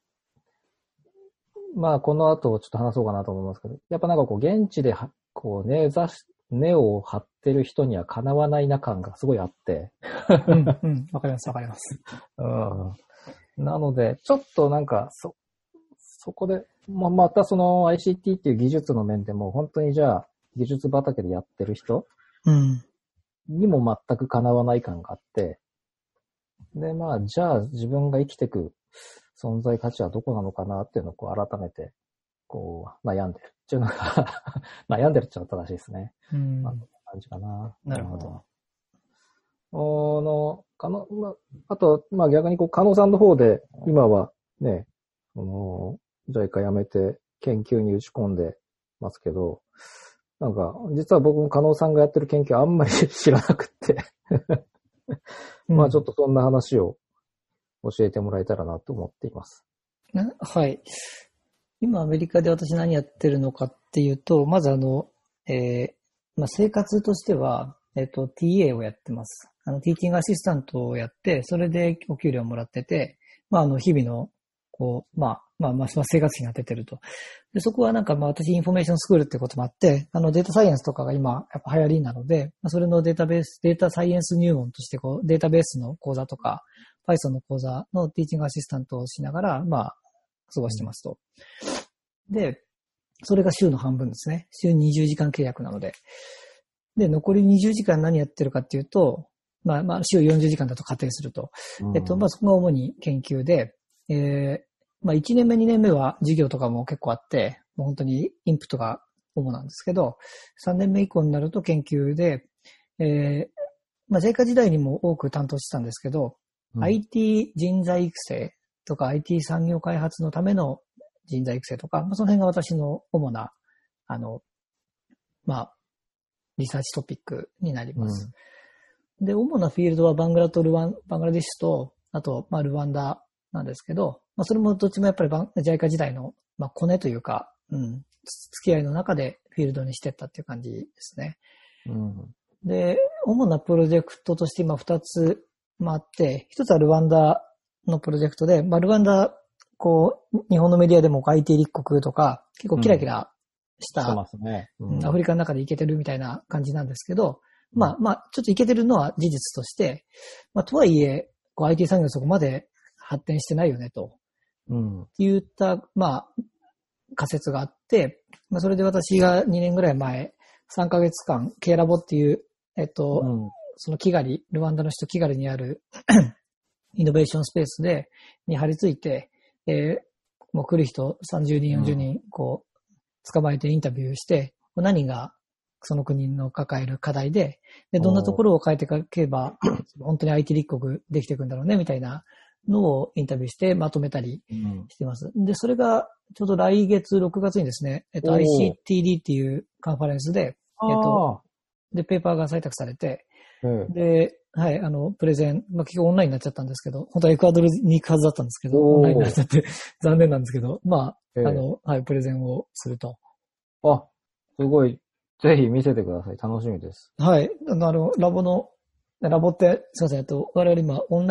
う、まあ、この後ちょっと話そうかなと思いますけど、やっぱなんかこう、現地では、こう、根ざし、根を張ってる人にはかなわないな感がすごいあって。 うん、うん、わかります、わかります。 うん、なので、ちょっとなんか、そ、そこで、まあ、またその アイシーティー っていう技術の面でも、本当にじゃあ、技術畑でやってる人にも全くかなわない感があって、で、まあ、じゃあ自分が生きていく存在価値はどこなのかなっていうのをこう改めて、こう、悩んでるっていうのが、悩んでるっていうのは正しいですね。 うん。 まあ、こんな感じかな。 なるほど。 あの、かの、まあ、あと、まあ逆にこう、加納さんの方で、今はね、この、ジャイカ辞めて研究に打ち込んでますけど、なんか、実は僕も加納さんがやってる研究あんまり知らなくってまあちょっとそんな話を教えてもらえたらなと思っています。 はい。今アメリカで私何やってるのかっていうと、まずあの、えーまあ、生活としては、えっと、ティーエー をやってます。あの、ティーチングアシスタントをやって、それでお給料をもらってて、まあ、あの、日々の、こう、まあ、まあ、まあ、生活費が出てると。で、そこはなんか、まあ、私、インフォメーションスクールってこともあって、あの、データサイエンスとかが今、やっぱ流行りなので、まあ、それのデータベース、データサイエンス入門として、こう、データベースの講座とか、Python の講座のティーチングアシスタントをしながら、まあ、過ごしてますと。で、それが週の半分ですね。週にじゅうじかん契約なので。で、残りにじゅうじかん何やってるかっていうと、まあ、まあ、週よんじゅうじかんだと仮定すると。うん、えっと、まあ、そこが主に研究で、えー、まあ、いちねんめ、にねんめは授業とかも結構あって、もう本当にインプットが主なんですけど、さんねんめ以降になると研究で、えー、まあ、ジャイカ 時代にも多く担当してたんですけど、うん、アイティー 人材育成とか アイティー 産業開発のための人材育成とか、まあ、その辺が私の主な、あの、まあ、リサーチトピックになります。うん、で、主なフィールドはバングラとルワン、バングラディッシュと、あと、まあ、ルワンダなんですけど、まあ、それもどっちもやっぱりバン、ジャイカ 時代の、まあ、コネというか、うん、付き合いの中でフィールドにしてったっていう感じですね。うん、で、主なプロジェクトとして今ふたつあって、ひとつはルワンダのプロジェクトで、まあ、ルワンダ、こう、日本のメディアでも アイティー 立国とか、結構キラキラした、うんますねうん、 アフリカの中でイケてるみたいな感じなんですけど、うん、まあまあ、ちょっとイケてるのは事実として、まあ、とはいえ、こう アイティー 産業そこまで発展してないよね、と。うん。言った、まあ、仮説があって、まあ、それで私がにねんぐらい前、さんかげつかん、K ラボっていう、えっと、うん、そのキガリ、ルワンダの首都キガリにあるイノベーションスペースで、に張り付いて、えー、もう来る人さんじゅうにん、よんじゅうにん、こう、捕まえてインタビューして、何がその国の抱える課題で、で、どんなところを変えていけば、本当に アイティー 立国できていくんだろうね、みたいなのをインタビューしてまとめたりしてます。うん、で、それがちょうど来月ろくがつにですね、えっと、アイシーティーディー っていうカンファレンスで、えっと、で、ペーパーが採択されて、うん、で、はい、あの、プレゼン、まあ、結局オンラインになっちゃったんですけど、本当はエクアドルに行くはずだったんですけど、オンラインになっちゃって残念なんですけど、まあ、あの、はい、プレゼンをすると。 あ、すごい。ぜひ見せてください。楽しみです。 はい。あの、ラボの、ラボって、すいません、えっと、我々今、オンライン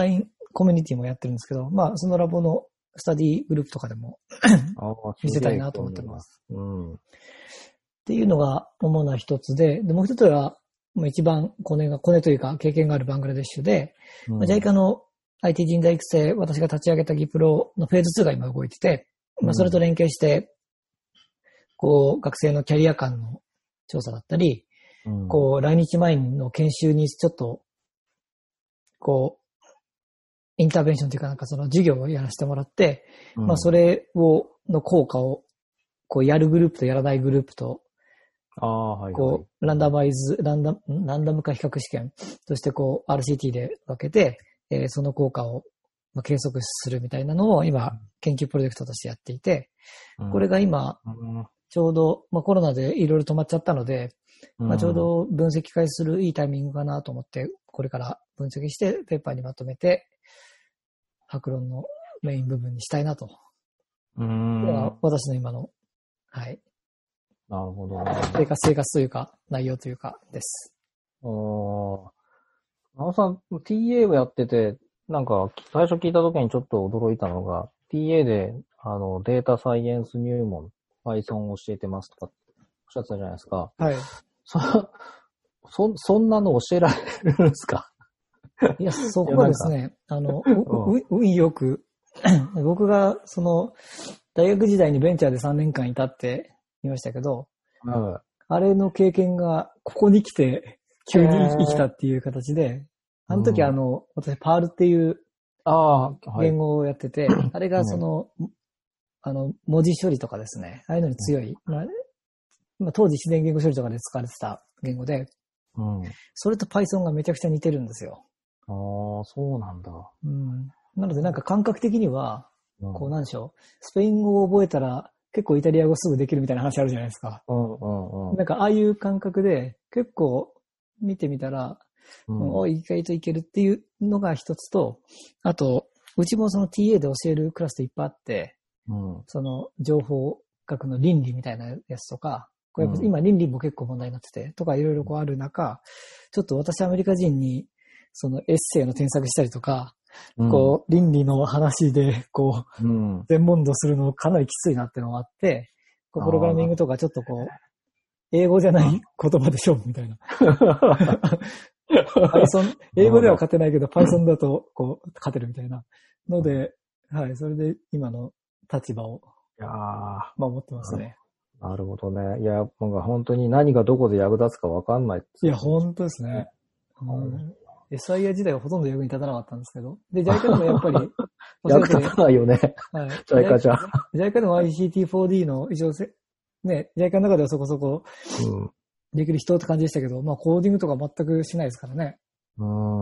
コミュニティもやってるんですけど、まあ、そのラボのスタディグループとかでも見せたいなと思ってます。 うん。 っていうのが主な一つで、で、もう一つは、もう一番コネが、コネというか経験があるバングラデシュで、うん、ジャイカ の アイティー 人材育成、私が立ち上げたギプロのフェーズツーが今動いてて、まあ、それと連携して、こう、学生のキャリア間の調査だったり、うん、こう、来日前の研修にちょっと、こう、インターベンションというかなんかその授業をやらせてもらって、うん、まあそれを、の効果を、こうやるグループとやらないグループと、 ああ、はい、はい。 こう、ランダマイズ、ランダム、ランダム化比較試験としてこう、アールシーティー で分けて、えー、その効果を計測するみたいなのを今、研究プロジェクトとしてやっていて、うん、これが今、うん、ちょうど、まあコロナでいろいろ止まっちゃったので、まあちょうど分析会するいいタイミングかなと思って、これから分析してペーパーにまとめて、博論のメイン部分にしたいなと。 うーん。これが私の今の、はい。 なるほどね。 生活、生活というか、内容というか、です。 ああ。なおさん、ティーエー をやってて、なんか、最初聞いた時にちょっと驚いたのが、ティーエー で、あの、データサイエンス入門、Python を教えてますとか、おっしゃってたじゃないですか。 はい。 そ、そ、そんなの教えられるんですか？ いや、そこはですね、あの、う、う、運よく、僕が、その、大学時代にベンチャーでさんねんかんいたって言いましたけど、 うん、 あれの経験が、ここに来て、急に生きたっていう形で、あの時あの、私、パールっていう、言語をやってて、あ, あれがその、うん、あの、文字処理とかですね、ああいうのに強い、まあ、まあ、当時自然言語処理とかで使われてた言語で、 うん、 それと Python がめちゃくちゃ似てるんですよ。 ああ、そうなんだ。 うん。なのでなんか感覚的には、うん、こうなんでしょう、スペイン語を覚えたら結構イタリア語すぐできるみたいな話あるじゃないですか。 うんうんうん。 なんかああいう感覚で結構見てみたら、うん、お意外といけるっていうのが一つと、あと、うちもその ティーエー で教えるクラスといっぱいあって、 うん、その情報学の倫理みたいなやつとか、これ今倫理も結構問題になってて、とかいろいろこうある中、ちょっと私アメリカ人にそのエッセイの添削したりとか、うん、こう倫理の話でこう、うん、全問答するのかなりきついなっていうのがあって、こうプログラミングとかちょっとこう、英語じゃない言葉で勝負みたいな。Python、英語では勝てないけど Python だとこう勝てるみたいなので、はい、それで今の立場を守ってますね。 なるほどね。いや、なんか本当に何がどこで役立つか分かんない、ね。 いや、本当ですね。うん、エスアイアール 時代はほとんど役に立たなかったんですけど。で、ジャイカ でもやっぱり。 役立たないよね。 はい。 ジャイカ じゃ。 ジャイカ でも アイシーティーフォーディー の一応せ、ね、ジャイカ の中ではそこそこできる人って感じでしたけど、うん、まあコーディングとか全くしないですからね。 うん。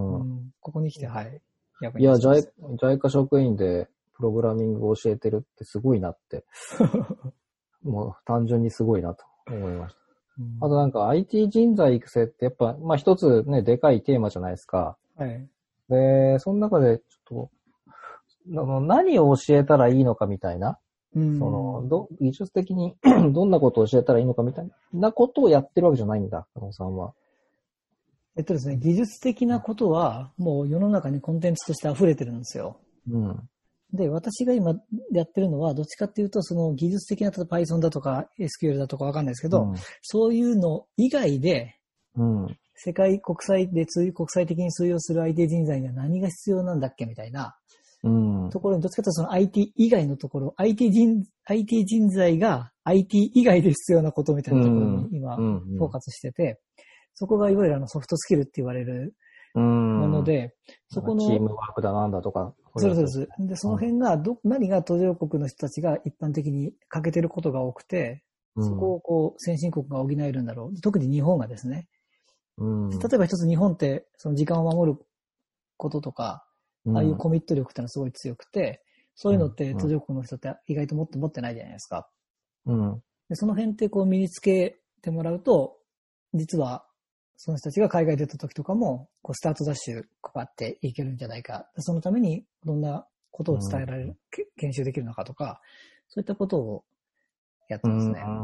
うん、ここに来て、はい。 いや、ジャイ、ジャイカ 職員でプログラミングを教えてるってすごいなって。もう単純にすごいなと思いました。うん、あとなんか アイティー 人材育成ってやっぱ、まあ一つね、でかいテーマじゃないですか。 はい。 で、その中でちょっと、何を教えたらいいのかみたいな、うん、その、ど、技術的にどんなことを教えたらいいのかみたいなことをやってるわけじゃないんだ、加納さんは。 えっとですね、技術的なことはもう世の中にコンテンツとして溢れてるんですよ。 うん。 で、私が今やってるのは、どっちかっていうと、その技術的な Python だとか エスキューエル だとかわかんないですけど、うん、そういうの以外で、 うん、 世界国際で通、国際的に通用する アイティー 人材には何が必要なんだっけみたいな、 うん、 ところに、どっちかというとその アイティー 以外のところ、アイティー 人、アイティー 人材が アイティー 以外で必要なことみたいなところに今、フォーカスしてて、そこがいわゆるあのソフトスキルって言われるもので、 そこのチームワークだなんだとか。 そうです。で、その辺がど、何が途上国の人たちが一般的に欠けてることが多くて、そこをこう先進国が補えるんだろう。特に日本がですね。 うん、 例えば一つ日本ってその時間を守ることとか、ああいうコミット力ってのはすごい強くて、そういうのって途上国の人って意外ともっと持ってないじゃないですか。 うん、 でその辺ってこう身につけてもらうと、実はその人たちが海外出た時とかも、こうスタートダッシュかかっていけるんじゃないか。そのためにどんなことを伝えられる、うん、研修できるのかとか、そういったことをやってますね。 うん、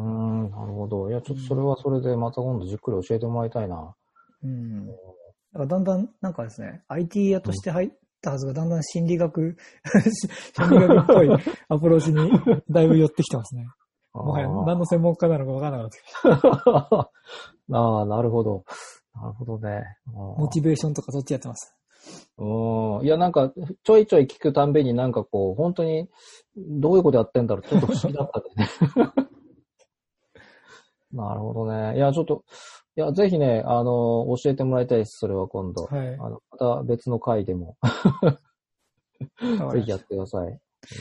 なるほど。いや、ちょっとそれはそれでまた今度じっくり教えてもらいたいな。 うん。だからだんだんなんかですね、アイティー 屋として入ったはずが、だんだん心理学、心理学っぽいアプローチにだいぶ寄ってきてますね。もはや何の専門家なのかわからなくなってきた。 ああ、なるほど。なるほどね。 モチベーションとかそっちやってます。 うん。いや、なんか、ちょいちょい聞くたんびになんかこう、本当に、どういうことやってんだろう、ちょっと不思議だったんでね。なるほどね。いや、ちょっと、いや、ぜひね、あの、教えてもらいたいです、それは今度。 はい。 あの、また別の回でも。ぜひやってください。 アイシ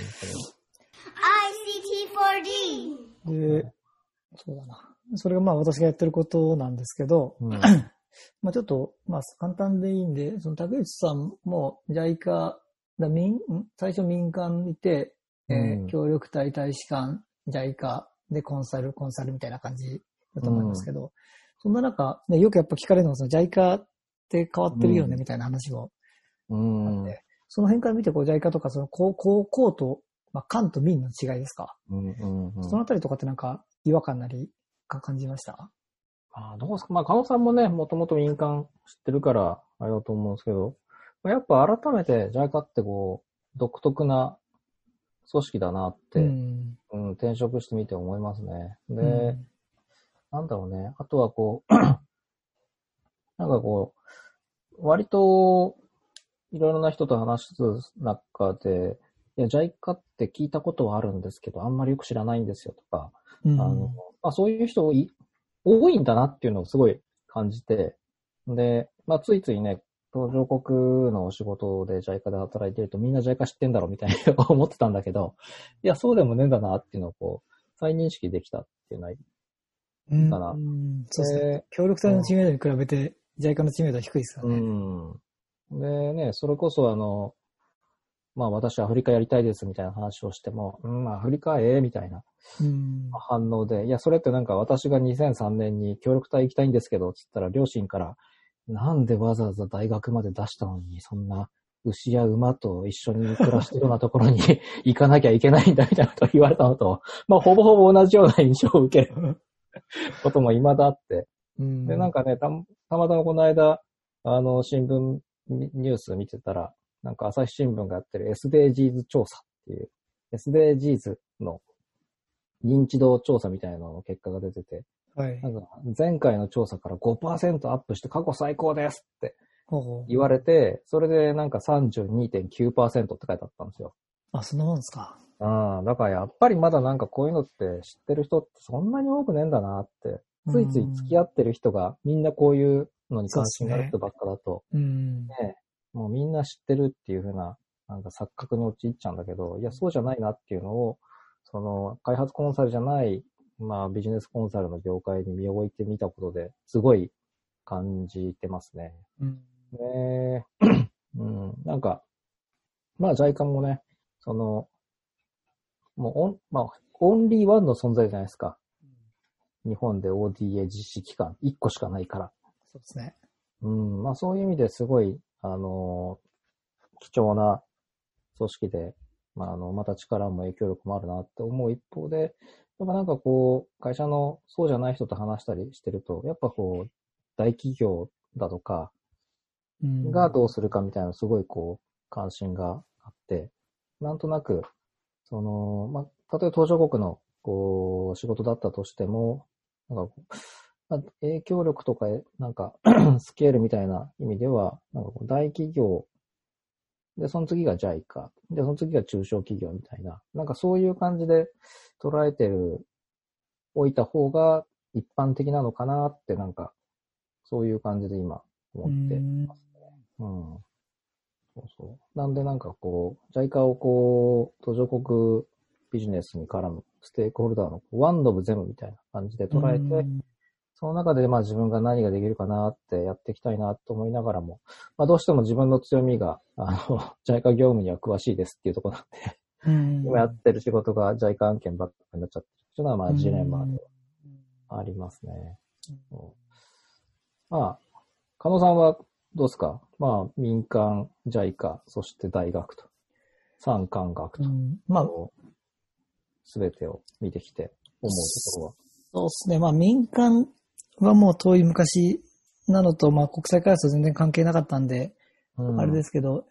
ーティーフォーディー。 で、そうだな。それがまあ私がやってることなんですけど、うん、まあちょっと、まあ簡単でいいんで、その竹内さんも ジャイカ、だ民最初民間にいて、えーうん、協力隊大使館、ジャイカでコンサル、コンサルみたいな感じだと思いますけど、うん、そんな中、ね、よくやっぱ聞かれるのはその ジャイカ って変わってるよねみたいな話もあって、うん、その辺から見てこう ジャイカ とかその高校と、まあ、官と民の違いですか、うんうんうん、そのあたりとかってなんか違和感なり感じました？ ああ、どうですか。まあ、加納さんもね、もともと民間知ってるから、あれだと思うんですけど、やっぱ改めて ジャイカ ってこう、独特な組織だなって、うんうん、転職してみて思いますね。で、うん、なんだろうね。あとはこう、なんかこう、割と、いろいろな人と話す中で、いや、ジャイカ って聞いたことはあるんですけど、あんまりよく知らないんですよとか、うん、あのまあ、そういう人多いんだなっていうのをすごい感じて、で、まあ、ついついね、途上国のお仕事で ジャイカ で働いてるとみんな ジャイカ 知ってんだろみたいに思ってたんだけど、いや、そうでもねえんだなっていうのをこう、再認識できたっていうのはいいかな。 うん、そうですね。協力隊の知名度に比べて ジャイカ の知名度は低いですからね。 うん。でね、それこそあの、まあ私アフリカやりたいですみたいな話をしても、うん、アフリカええみたいな反応で、いや、それってなんか私がにせんさんねんに協力隊行きたいんですけど、つったら両親から、なんでわざわざ大学まで出したのに、そんな牛や馬と一緒に暮らしてるようなところに行かなきゃいけないんだみたいなことを言われたのと、まあほぼほぼ同じような印象を受けることも未だあって。で、なんかね、た、たまたまこの間、あの、新聞ニュース見てたら、なんか朝日新聞がやってる エスディージーズ 調査っていう、エスディージーズ の認知度調査みたいなのの結果が出てて、はい、なんか前回の調査から ごパーセント アップして過去最高ですって言われて、それでなんか さんじゅうにてんきゅうパーセント って書いてあったんですよ。 あ、そんなもんですか。 ああ、だからやっぱりまだなんかこういうのって知ってる人ってそんなに多くねえんだなって、ついつい付き合ってる人がみんなこういうのに関心がある人ばっかだと、う、ね、うんね、もうみんな知ってるっていう風な、なんか錯覚に陥っちゃうんだけど、いや、そうじゃないなっていうのを、その、開発コンサルじゃない、まあビジネスコンサルの業界に身を置いてみたことで、すごい感じてますね。うん。ねうん、なんか、まあ、ジャイカ もね、その、もうオン、まあ、オンリーワンの存在じゃないですか。うん、日本で オーディーエー 実施機関いっこしかないから。 そうですね。 うん、まあそういう意味ですごい、あのー、貴重な組織で、まああの、また力も影響力もあるなって思う一方で、やっぱなんかこう、会社のそうじゃない人と話したりしてると、やっぱこう、大企業だとか、がどうするかみたいなすごいこう、関心があって、なんとなく、その、まあ、例えば途上国のこう、仕事だったとしても、なんかまあ、影響力とか、なんか、スケールみたいな意味では、なんかこう大企業、で、その次が ジャイカ、で、その次が中小企業みたいな、なんかそういう感じで捉えてる、おいた方が一般的なのかなって、なんか、そういう感じで今思ってますね。うん。そうそう。なんでなんかこう、ジャイカ をこう、途上国ビジネスに絡むステークホルダーのワンドブゼムみたいな感じで捉えて、その中でまあ自分が何ができるかなってやっていきたいなと思いながらも、まあどうしても自分の強みが、あの、ジャイカ 業務には詳しいですっていうところなんで、うん今やってる仕事が ジャイカ 案件ばっかりになっちゃってるっていうのはまあジレンマでありますね。うん、まあ、加納さんはどうですか？まあ民間、ジャイカ、そして大学と、産官学と、うん、まあ、すべてを見てきて思うところは。 そうですね。まあ民間はもう遠い昔なのと、まあ国際開発と全然関係なかったんで、うん、あれですけど、やっぱ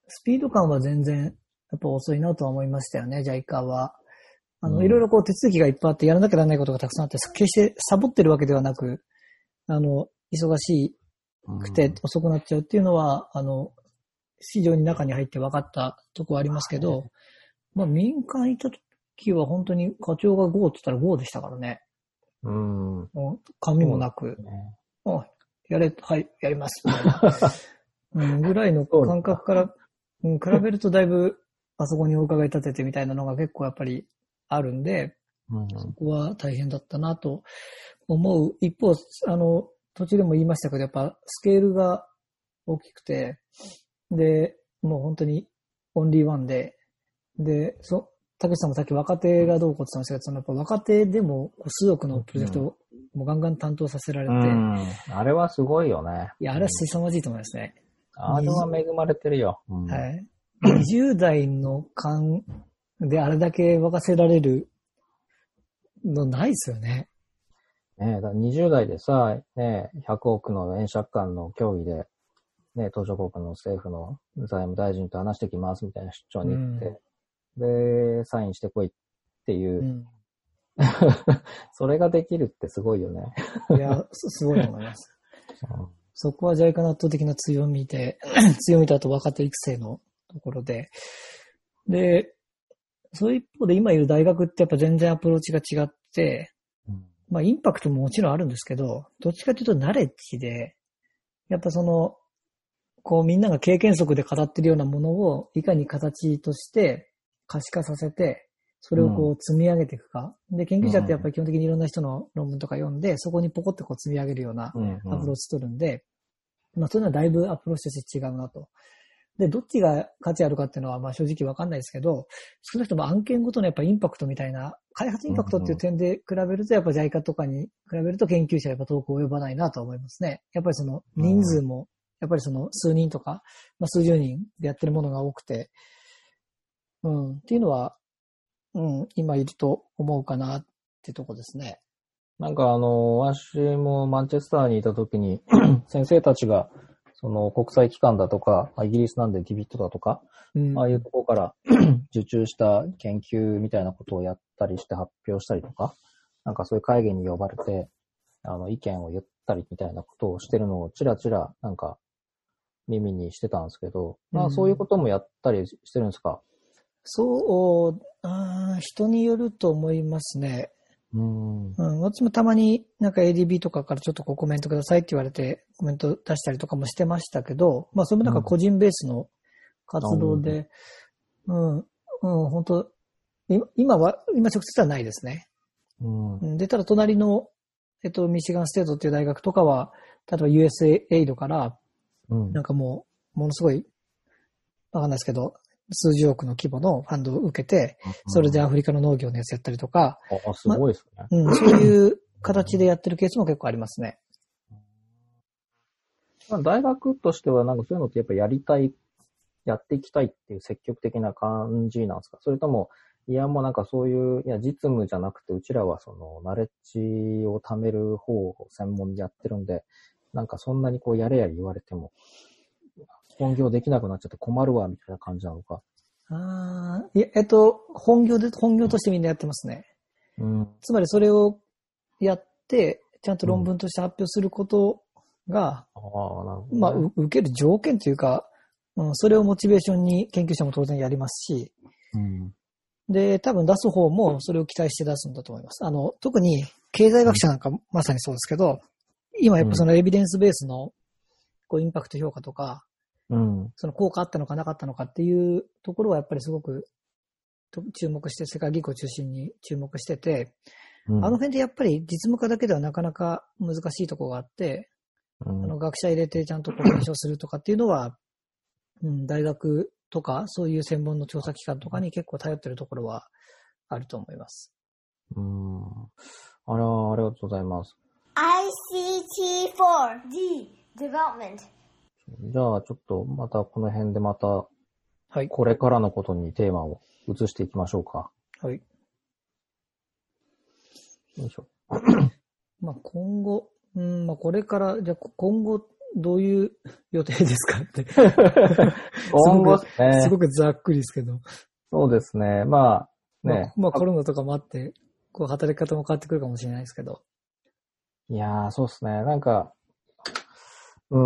スピード感は全然やっぱ遅いなとは思いましたよね、ジャイカ は。あの、 うんいろいろこう手続きがいっぱいあってやらなきゃならないことがたくさんあって、決してサボってるわけではなく、あの、忙しくて遅くなっちゃうっていうのは、あの、非常に中に入って分かったとこはありますけど、まあ民間行った時は本当に課長が ゴー って言ったら ゴー でしたからね。 うん。 もう紙もなく、 ね、 あ、やれ、はい、やります。みたいなうん、ぐらいの感覚から、うん、比べるとだいぶあそこにお伺い立ててみたいなのが結構やっぱりあるんで、 うん、 そこは大変だったなと思う。一方、あの、途中でも言いましたけど、やっぱスケールが大きくて、で、もう本当にオンリーワンで、で、そ、たけしさんもさっき若手がどうこうって言ってましたけど、そのやっぱ若手でも数億のプロジェクトをもうガンガン担当させられて、 うん、あれはすごいよね。 いや、あれは凄まじいと思いますね。 あれは恵まれてるよ。うん、 はい。にじゅう代の間であれだけ沸かせられるのないですよね。 ねえ、だにじゅう代でさ、ね、ひゃくおくの円借款の協議で、ね、途上国の政府の財務大臣と話してきますみたいな出張に行って、うん、で、サインしてこいっていう、うん、それができるってすごいよね。 いや、すごいと思います。うん、そこはジャイカの圧倒的な強みで、強みとあと若手育成のところで、で、そういう一方で今いる大学ってやっぱ全然アプローチが違って、うん、まあインパクトももちろんあるんですけど、どっちかというとナレッジで、やっぱその、こうみんなが経験則で語ってるようなものをいかに形として可視化させて、それをこう積み上げていくか。うん、で、研究者ってやっぱり基本的にいろんな人の論文とか読んで、そこにポコってこう積み上げるようなアプローチ取るんで、まあそういうのはだいぶアプローチとして違うなと。で、どっちが価値あるかっていうのはまあ正直わかんないですけど、少なくとも案件ごとのやっぱインパクトみたいな、開発インパクトっていう点で比べるとやっぱ ジャイカ とかに比べると研究者はやっぱ遠く及ばないなと思いますね。やっぱりその人数も、やっぱりその数人とか、まあ数十人でやってるものが多くて、うん、っていうのは、うん、今いると思うかなってとこですね。 なんかあの、私もマンチェスターにいた時に、先生たちが、その国際機関だとか、イギリスなんでディビットだとか、うん、ああいうところから受注した研究みたいなことをやったりして発表したりとか、なんかそういう会議に呼ばれて、あの、意見を言ったりみたいなことをしてるのをちらちらなんか耳にしてたんですけど、まあそういうこともやったりしてるんですか？ そう、あ人によると思いますね。 うんうん、私もたまになんか エーディービー とかからちょっとこうコメントくださいって言われてコメント出したりとかもしてましたけど、まあそれもなんか個人ベースの活動で、うん、うん、うん、本当今は、今直接はないですね。 うん、 で、ただ隣の、えっと、ミシガンステートっていう大学とかは、例えば ユーエスエイドから、うん、なんかもう、ものすごい、わかんないですけど、数十億の規模のファンドを受けて、それでアフリカの農業のやつやったりとか、 あ、すごいですね、 ま。うん、そういう形でやってるケースも結構ありますね。 大学としてはなんかそういうのってやっぱやりたい、やっていきたいっていう積極的な感じなんですか？それとも、いやもうなんかそういう、いや実務じゃなくて、うちらはそのナレッジを貯める方を専門でやってるんで、なんかそんなにこうやれや言われても、本業できなくなっちゃって困るわ、みたいな感じなのか。 ああ、いや、えっと、本業で、本業としてみんなやってますね。 うん、 つまりそれをやって、ちゃんと論文として発表することが、 うん、ああ、なるほど、ね。 まあ、受ける条件というか、うん、それをモチベーションに研究者も当然やりますし、 うん、 で、多分出す方もそれを期待して出すんだと思います。あの、特に経済学者なんかまさにそうですけど、今やっぱそのエビデンスベースのこうインパクト評価とか、 うん、 その効果あったのかなかったのかっていうところはやっぱりすごく注目して、世界銀行を中心に注目してて、うん、あの辺でやっぱり実務家だけではなかなか難しいところがあって、うん、あの学者入れてちゃんとこう検証するとかっていうのは、うん、大学とかそういう専門の調査機関とかに結構頼ってるところはあると思います。 うん。あら、ありがとうございます。 アイシーティーフォーディー Development。 じゃあちょっとまたこの辺でまた、 はい、 これからのことにテーマを移していきましょうか。 はい。 よいしょ。 まあ今後、うん、まあこれから、じゃあ今後どういう予定ですかって。 今後ですね。 すごくざっくりですけど。 そうですね。まあ、ね。 まあ、まあ、コロナとかもあって、こう、働き方も変わってくるかもしれないですけど。 いやー、そうですね。なんか、うん、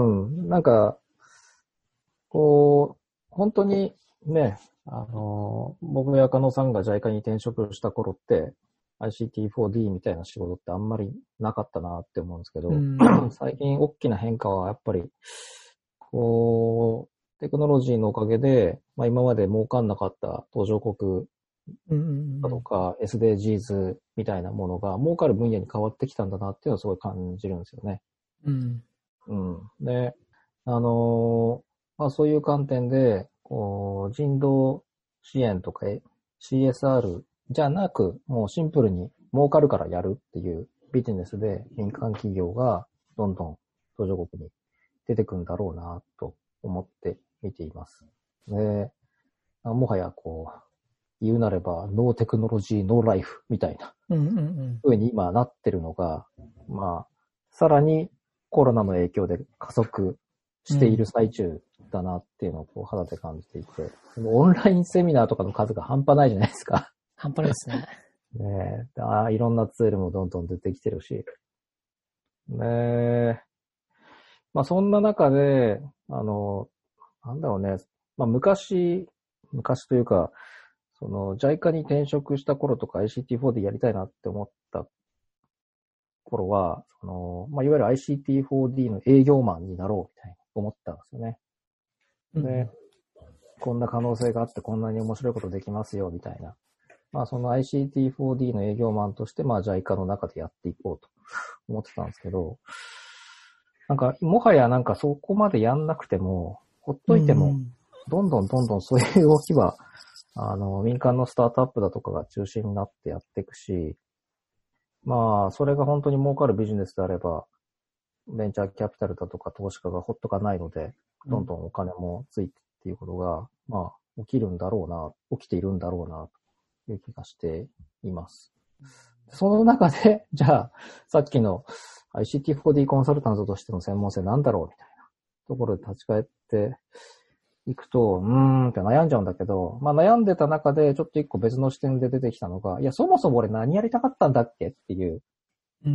なんか、こう、本当にね、あのー、僕や加納さんがジャイカに転職した頃って、アイシーティーフォーディー みたいな仕事ってあんまりなかったなって思うんですけど、うん、最近大きな変化はやっぱり、こう、テクノロジーのおかげで、まあ今まで儲かんなかった途上国だとか、エスディージーズ みたいなものが儲かる分野に変わってきたんだなっていうのはすごい感じるんですよね。 うん。 うん。で、あのー、まあそういう観点で、こう、人道支援とか シーエスアール じゃなく、もうシンプルに儲かるからやるっていうビジネスで民間企業がどんどん途上国に出てくんだろうなと思って見ています。で、もはやこう、言うなればノーテクノロジーノーライフみたいな風に今なってるのが、まあ、さらにコロナの影響で加速している最中だなっていうのをこう肌で感じていて、オンラインセミナーとかの数が半端ないじゃないですか。 半端ないですね。 ねえ、あいろんなツールもどんどん出てきてるし。ねえ。まあそんな中で、あの、なんだろうね、まあ昔、昔というか、その、ジャイカに転職した頃とか アイシーティーフォー でやりたいなって思った頃は、その、まあいわゆる アイシーティーフォーディー の営業マンになろうみたいに思ったんですよね。で、うん、こんな可能性があってこんなに面白いことできますよみたいな。まあその アイシーティーフォーディー の営業マンとして、まあジャイカの中でやっていこうと思ってたんですけど、なんか、もはやなんかそこまでやんなくても、ほっといても、どんどんどんどんそういう動きは、あの、民間のスタートアップだとかが中心になってやっていくし、まあ、それが本当に儲かるビジネスであれば、ベンチャーキャピタルだとか投資家がほっとかないので、どんどんお金もついてっていうことが、まあ、起きるんだろうな、起きているんだろうな、という気がしています。その中で、じゃあ、さっきの アイシーティーフォーディー コンサルタントとしての専門性なんだろうみたいなところで立ち返っていくと、うーんって悩んじゃうんだけど、まあ悩んでた中でちょっと一個別の視点で出てきたのが、いや、そもそも俺何やりたかったんだっけっていう、 うん、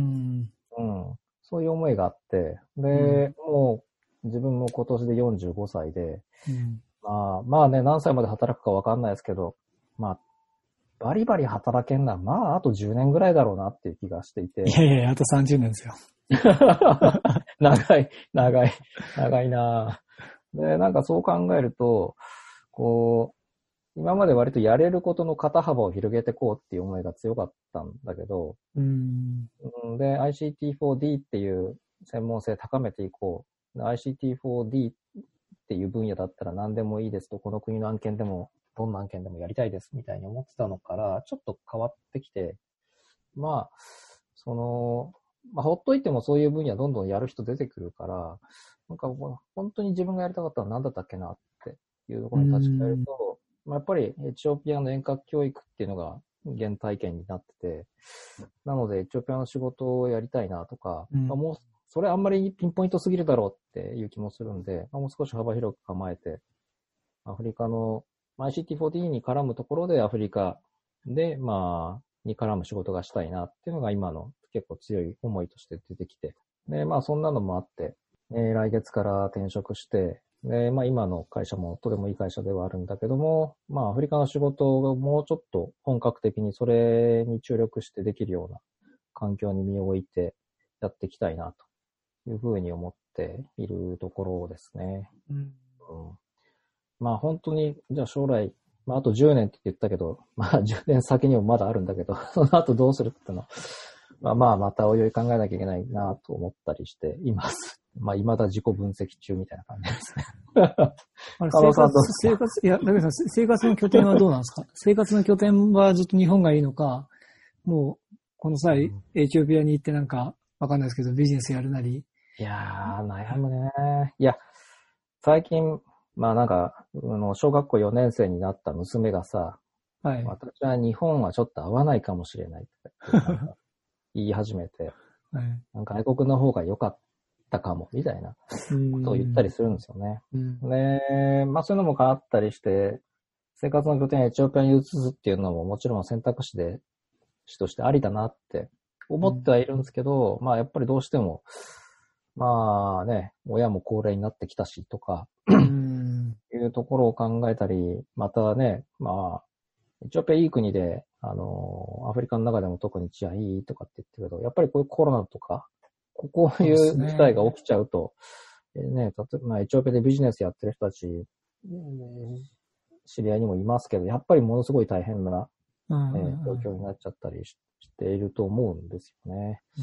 うん、そういう思いがあって、で、うん、もう自分も今年でよんじゅうごさいで、うん、まあ、まあね、何歳まで働くかわかんないですけど、まあ、バリバリ働けんなら、まあ、あとじゅうねんぐらいだろうなっていう気がしていて。 いやいや、あとさんじゅうねんですよ。 長い、長い、長いなぁ。で、なんかそう考えると、こう、今まで割とやれることの肩幅を広げていこうっていう思いが強かったんだけど、 うんで、アイシーティーフォーディー っていう専門性高めていこう。アイシーティーフォーディー っていう分野だったら何でもいいですと、この国の案件でも、どんな案件でもやりたいですみたいに思ってたのから、ちょっと変わってきて、まあ、その、まあ、ほっといてもそういう分野どんどんやる人出てくるから、なんか本当に自分がやりたかったのは何だったっけなっていうところに立ち返ると、まあ、やっぱりエチオピアの遠隔教育っていうのが原体験になってて、なのでエチオピアの仕事をやりたいなとか、うんまあ、もうそれあんまりピンポイントすぎるだろうっていう気もするんで、まあ、もう少し幅広く構えて、アフリカの アイシーティーフォーディー に絡むところでアフリカで、まあ、に絡む仕事がしたいなっていうのが今の結構強い思いとして出てきて。で、まあそんなのもあって、えー、来月から転職して、で、まあ今の会社もとてもいい会社ではあるんだけども、まあアフリカの仕事がもうちょっと本格的にそれに注力してできるような環境に身を置いてやっていきたいなというふうに思っているところですね。うんうんまあ本当に、じゃあ将来、まああとじゅうねんって言ったけど、まあじゅうねん先にもまだあるんだけど、その後どうするってのは、まあまあまたおいおい考えなきゃいけないなと思ったりしています。まあ未だ自己分析中みたいな感じですね。 生活、生活、いや、だけど生活の拠点はどうなんですか？生活の拠点はずっと日本がいいのか、もうこの際、うん、エチオピアに行ってなんかわかんないですけどビジネスやるなり。 いやー悩むね。いや、最近、まあなんか、あの小学校よねん生になった娘がさ、はい、私は日本はちょっと合わないかもしれないって言い始めて、はい、なんか外国の方が良かったかも、みたいなことを言ったりするんですよね。 うん、 で、まあそういうのも変わったりして、生活の拠点をエチオピアに移すっていうのももちろん選択肢で、肢としてありだなって思ってはいるんですけど、うん、まあやっぱりどうしても、まあね、親も高齢になってきたしとか、うん、いうところを考えたり、またね、まあ、エチオピアいい国で、あの、アフリカの中でも特に治安いいとかって言ってるけど、やっぱりこういうコロナとか、こういう事態が起きちゃうと、うね、例えば、まあ、エチオピアでビジネスやってる人たち、知り合いにもいますけど、やっぱりものすごい大変な、うんうんうん、状況になっちゃったりしていると思うんですよね。うん、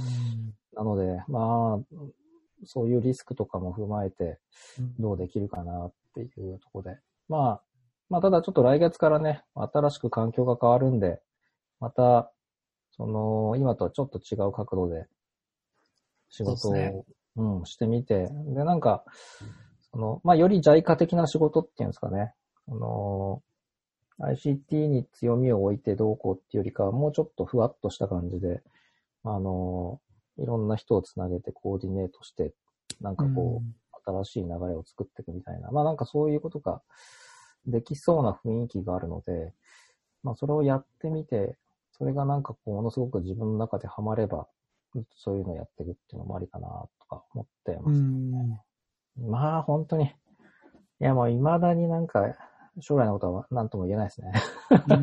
なので、まあ、そういうリスクとかも踏まえて、どうできるかなっていうところで。まあ、まあ、ただちょっと来月からね、新しく環境が変わるんで、また、その、今とはちょっと違う角度で、仕事を、ね、うん、してみて、で、なんか、その、まあ、よりジャイカ的な仕事っていうんですかね、あの、アイシーティー に強みを置いてどうこうっていうよりかは、もうちょっとふわっとした感じで、あの、いろんな人をつなげてコーディネートして、なんかこう、うん、新しい流れを作っていくみたいな、まあなんかそういうことができそうな雰囲気があるので、まあそれをやってみて、それがなんかこう、ものすごく自分の中でハマれば、そういうのをやっていくっていうのもありかなとか思ってます、ね。うん、まあ本当に、いやもう未だになんか将来のことは何とも言えないですね。うん、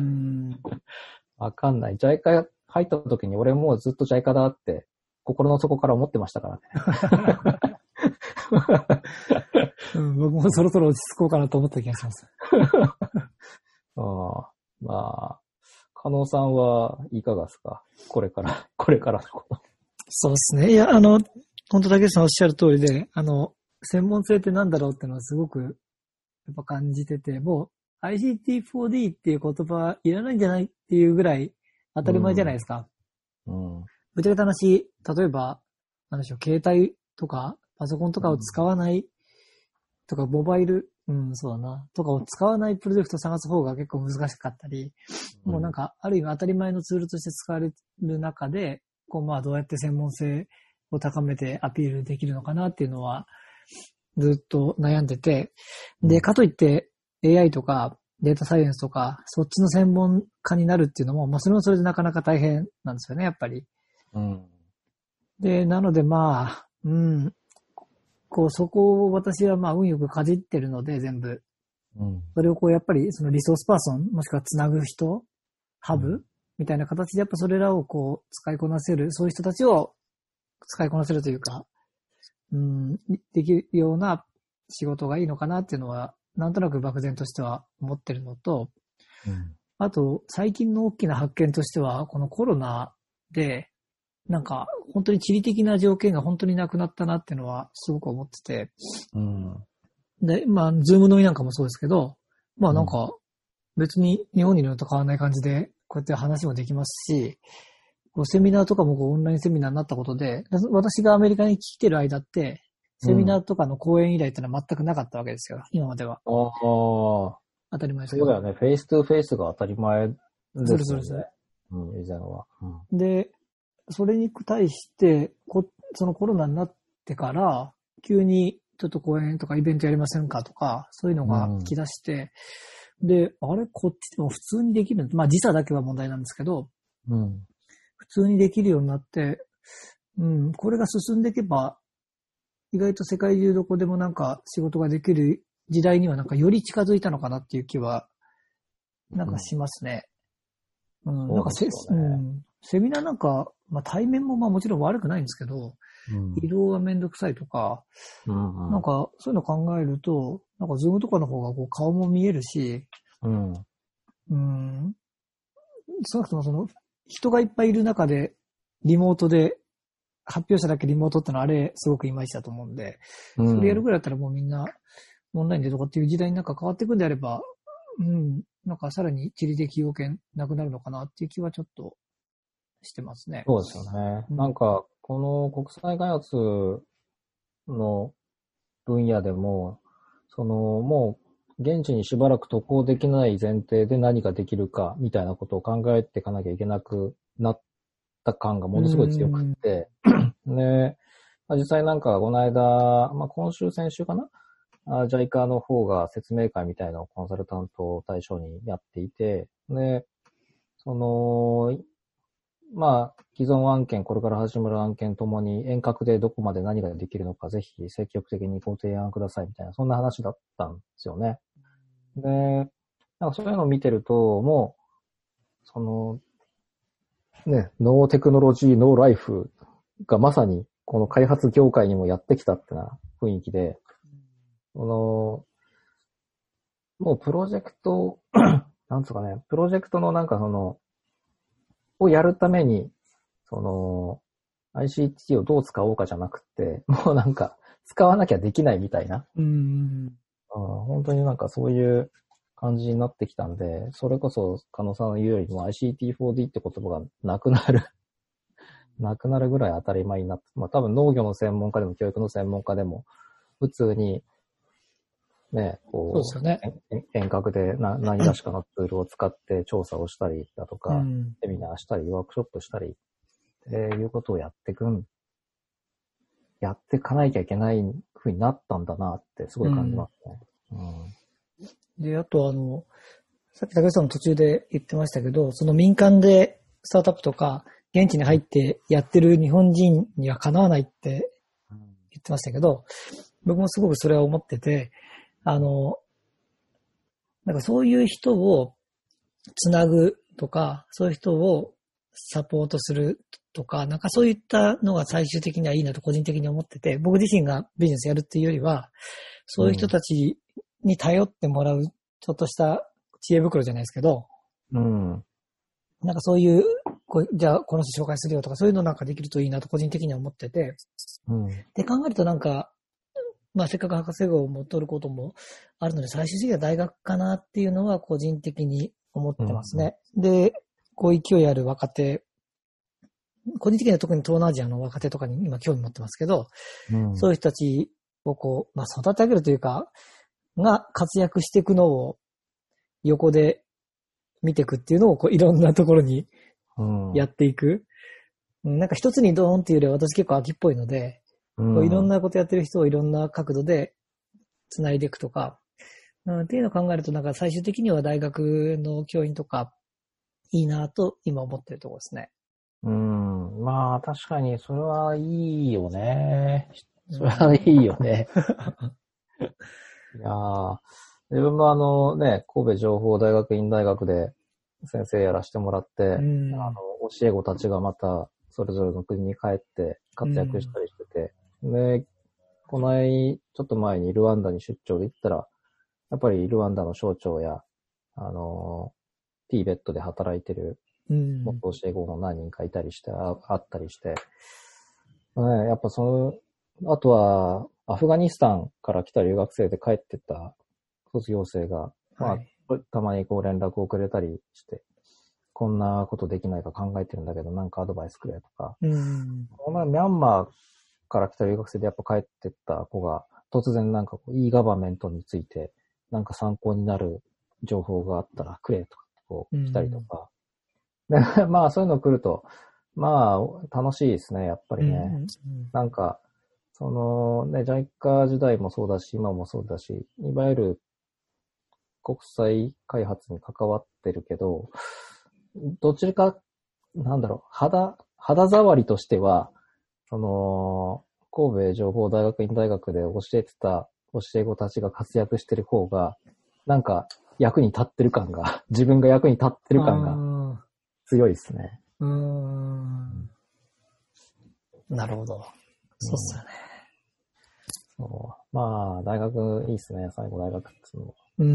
わかんない。ジャイカ入った時に俺もうずっとジャイカだって心の底から思ってましたからね。 うん、僕もそろそろ落ち着こうかなと思った気がします。 ああ、まあ、加納さんはいかがですか？これから、これからのこと。 そうですね。いや、あの、本当竹内さんおっしゃる通りで、あの、専門性ってなんだろうっていうのはすごくやっぱ感じてて、もう アイシーティーフォーディー っていう言葉いらないんじゃないっていうぐらい当たり前じゃないですか。うん。うん、ぶっちゃけた話、例えば、なんでしょう、携帯とかパソコンとかを使わない、うん、とか、モバイル、うん、そうだな、とかを使わないプロジェクトを探す方が結構難しかったり、うん、もうなんか、ある意味当たり前のツールとして使われる中で、こう、まあ、どうやって専門性を高めてアピールできるのかなっていうのは、ずっと悩んでて、で、かといって エーアイ とかデータサイエンスとか、そっちの専門家になるっていうのも、まあ、それもそれでなかなか大変なんですよね、やっぱり。うん、で、なのでまあ、うん、こう、そこを私はまあ、運よくかじってるので、全部。うん、それをこう、やっぱり、そのリソースパーソン、もしくはつなぐ人、ハブ、うん、みたいな形で、やっぱそれらをこう、使いこなせる、そういう人たちを使いこなせるというか、うん、できるような仕事がいいのかなっていうのは、なんとなく漠然としては思ってるのと、うん、あと、最近の大きな発見としては、このコロナで、なんか、本当に地理的な条件が本当になくなったなっていうのはすごく思ってて。うん、で、まあ、ズーム飲みなんかもそうですけど、まあなんか、別に日本にいるのと変わらない感じで、こうやって話もできますし、こうセミナーとかもこうオンラインセミナーになったことで、私がアメリカに来てる間って、セミナーとかの講演依頼ってのは全くなかったわけですよ、今までは。ああ。当たり前ですけど。 そうだよね。フェイストゥフェイスが当たり前ですよね。 そうです、そうです。 うん、以前は。 うん、で、それに対してこ、そのコロナになってから、急にちょっと講演とかイベントやりませんかとか、そういうのが来だして、うん、で、あれ、こっちでも普通にできる。まあ時差だけは問題なんですけど、うん、普通にできるようになって、うん、これが進んでいけば、意外と世界中どこでもなんか仕事ができる時代にはなんかより近づいたのかなっていう気は、なんかしますね。うん、うん、なんかせ、うん、セミナーなんか、まあ対面もまあもちろん悪くないんですけど、うん、移動がめんどくさいとか、うんうん、なんかそういうの考えると、なんかズームとかの方がこう顔も見えるし、うん、うん、少なくともその人がいっぱいいる中でリモートで発表者だけリモートってのはあれすごくイマイチだと思うんで、うん、それやるぐらいだったらもうみんなオンラインでとかっていう時代になんか変わっていくんであれば、うん、なんかさらに地理的要件なくなるのかなっていう気はちょっとしてますね。 そうですよね。うん、なんか、この国際開発の分野でも、その、もう、現地にしばらく渡航できない前提で何ができるか、みたいなことを考えていかなきゃいけなくなった感がものすごい強くって、ね、 実際なんかこの間、まあ、今週先週かなあ ジャイカ の方が説明会みたいなのをコンサルタントを対象にやっていて、で、その、まあ、既存案件、これから始まる案件ともに遠隔でどこまで何ができるのか、ぜひ積極的にご提案くださいみたいな、そんな話だったんですよね。で、なんかそういうのを見てると、もう、その、ね、ノーテクノロジー、ノーライフがまさにこの開発業界にもやってきたってな雰囲気で、その、もうプロジェクト、なんつうかね、プロジェクトのなんかその、をやるために、その、アイシーティー をどう使おうかじゃなくて、もうなんか、使わなきゃできないみたいな。 うん。 うん、本当になんかそういう感じになってきたんで、それこそ、加納さんの言うよりも アイシーティーフォーディー って言葉がなくなる。なくなるぐらい当たり前になって、まあ多分農業の専門家でも教育の専門家でも、普通に、ね、こう、 そうですよね。 遠隔でな何らしかのツールを使って調査をしたりだとか、 うん、 セミナーしたり、ワークショップしたり、っていうことをやっていくん、やっていかなきゃいけない風になったんだなってすごい感じますね。 うん、で、あとあの、さっき竹内さんの途中で言ってましたけど、その民間でスタートアップとか、現地に入ってやってる日本人にはかなわないって言ってましたけど、僕もすごくそれは思ってて、あの、なんかそういう人をつなぐとか、そういう人をサポートするとか、なんかそういったのが最終的にはいいなと個人的に思ってて、僕自身がビジネスやるっていうよりは、そういう人たちに頼ってもらう、ちょっとした知恵袋じゃないですけど、 うん。 なんかそういう、こうじゃあこの人紹介するよとか、そういうのなんかできるといいなと個人的には思ってて、 うん、 で考えるとなんか、まあせっかく博士号をも取ることもあるので、最終的には大学かなっていうのは個人的に思ってますね。うん、で、こう勢いある若手、個人的には特に東南アジアの若手とかに今興味持ってますけど、うん、そういう人たちをこう、まあ育て上げるというか、が活躍していくのを横で見ていくっていうのをこういろんなところにやっていく。うん、なんか一つにドーンっていうよりは私結構秋っぽいので、うん、こういろんなことやってる人をいろんな角度で繋いでいくとか、うん、っていうのを考えるとなんか最終的には大学の教員とかいいなと今思ってるところですね。 うん、まあ確かにそれはいいよね。それはいいよね。いやー、自分もあのね、神戸情報大学院大学で先生やらせてもらって、うん、あの教え子たちがまたそれぞれの国に帰って活躍したりしてて、うん、で、この間、ちょっと前にルワンダに出張で行ったら、やっぱりルワンダの省庁や、あの、ティーベットで働いてる元教え子も何人かいたりして、あ, あったりして、ね、やっぱその、あとは、アフガニスタンから来た留学生で帰ってった卒業生が、はい、まあ、たまにこう連絡をくれたりして、こんなことできないか考えてるんだけど、なんかアドバイスくれとか、うん、ミャンマーから来た留学生でやっぱ帰ってった子が、突然なんかこう、e ガバメントについて、なんか参考になる情報があったらくれとか、こう来たりとか。うん、でまあそういうの来ると、まあ楽しいですね、やっぱりね。うんうん、なんか、そのね、ジャイカ 時代もそうだし、今もそうだし、いわゆる国際開発に関わってるけど、どちらか、なんだろう、肌、肌触りとしては、その、神戸情報大学院大学で教えてた教え子たちが活躍してる方が、なんか役に立ってる感が、自分が役に立ってる感が強いですね。 うーん。なるほど。そうっすよね。 そう。まあ、大学いいっすね。最後大学っていうのも。 うん。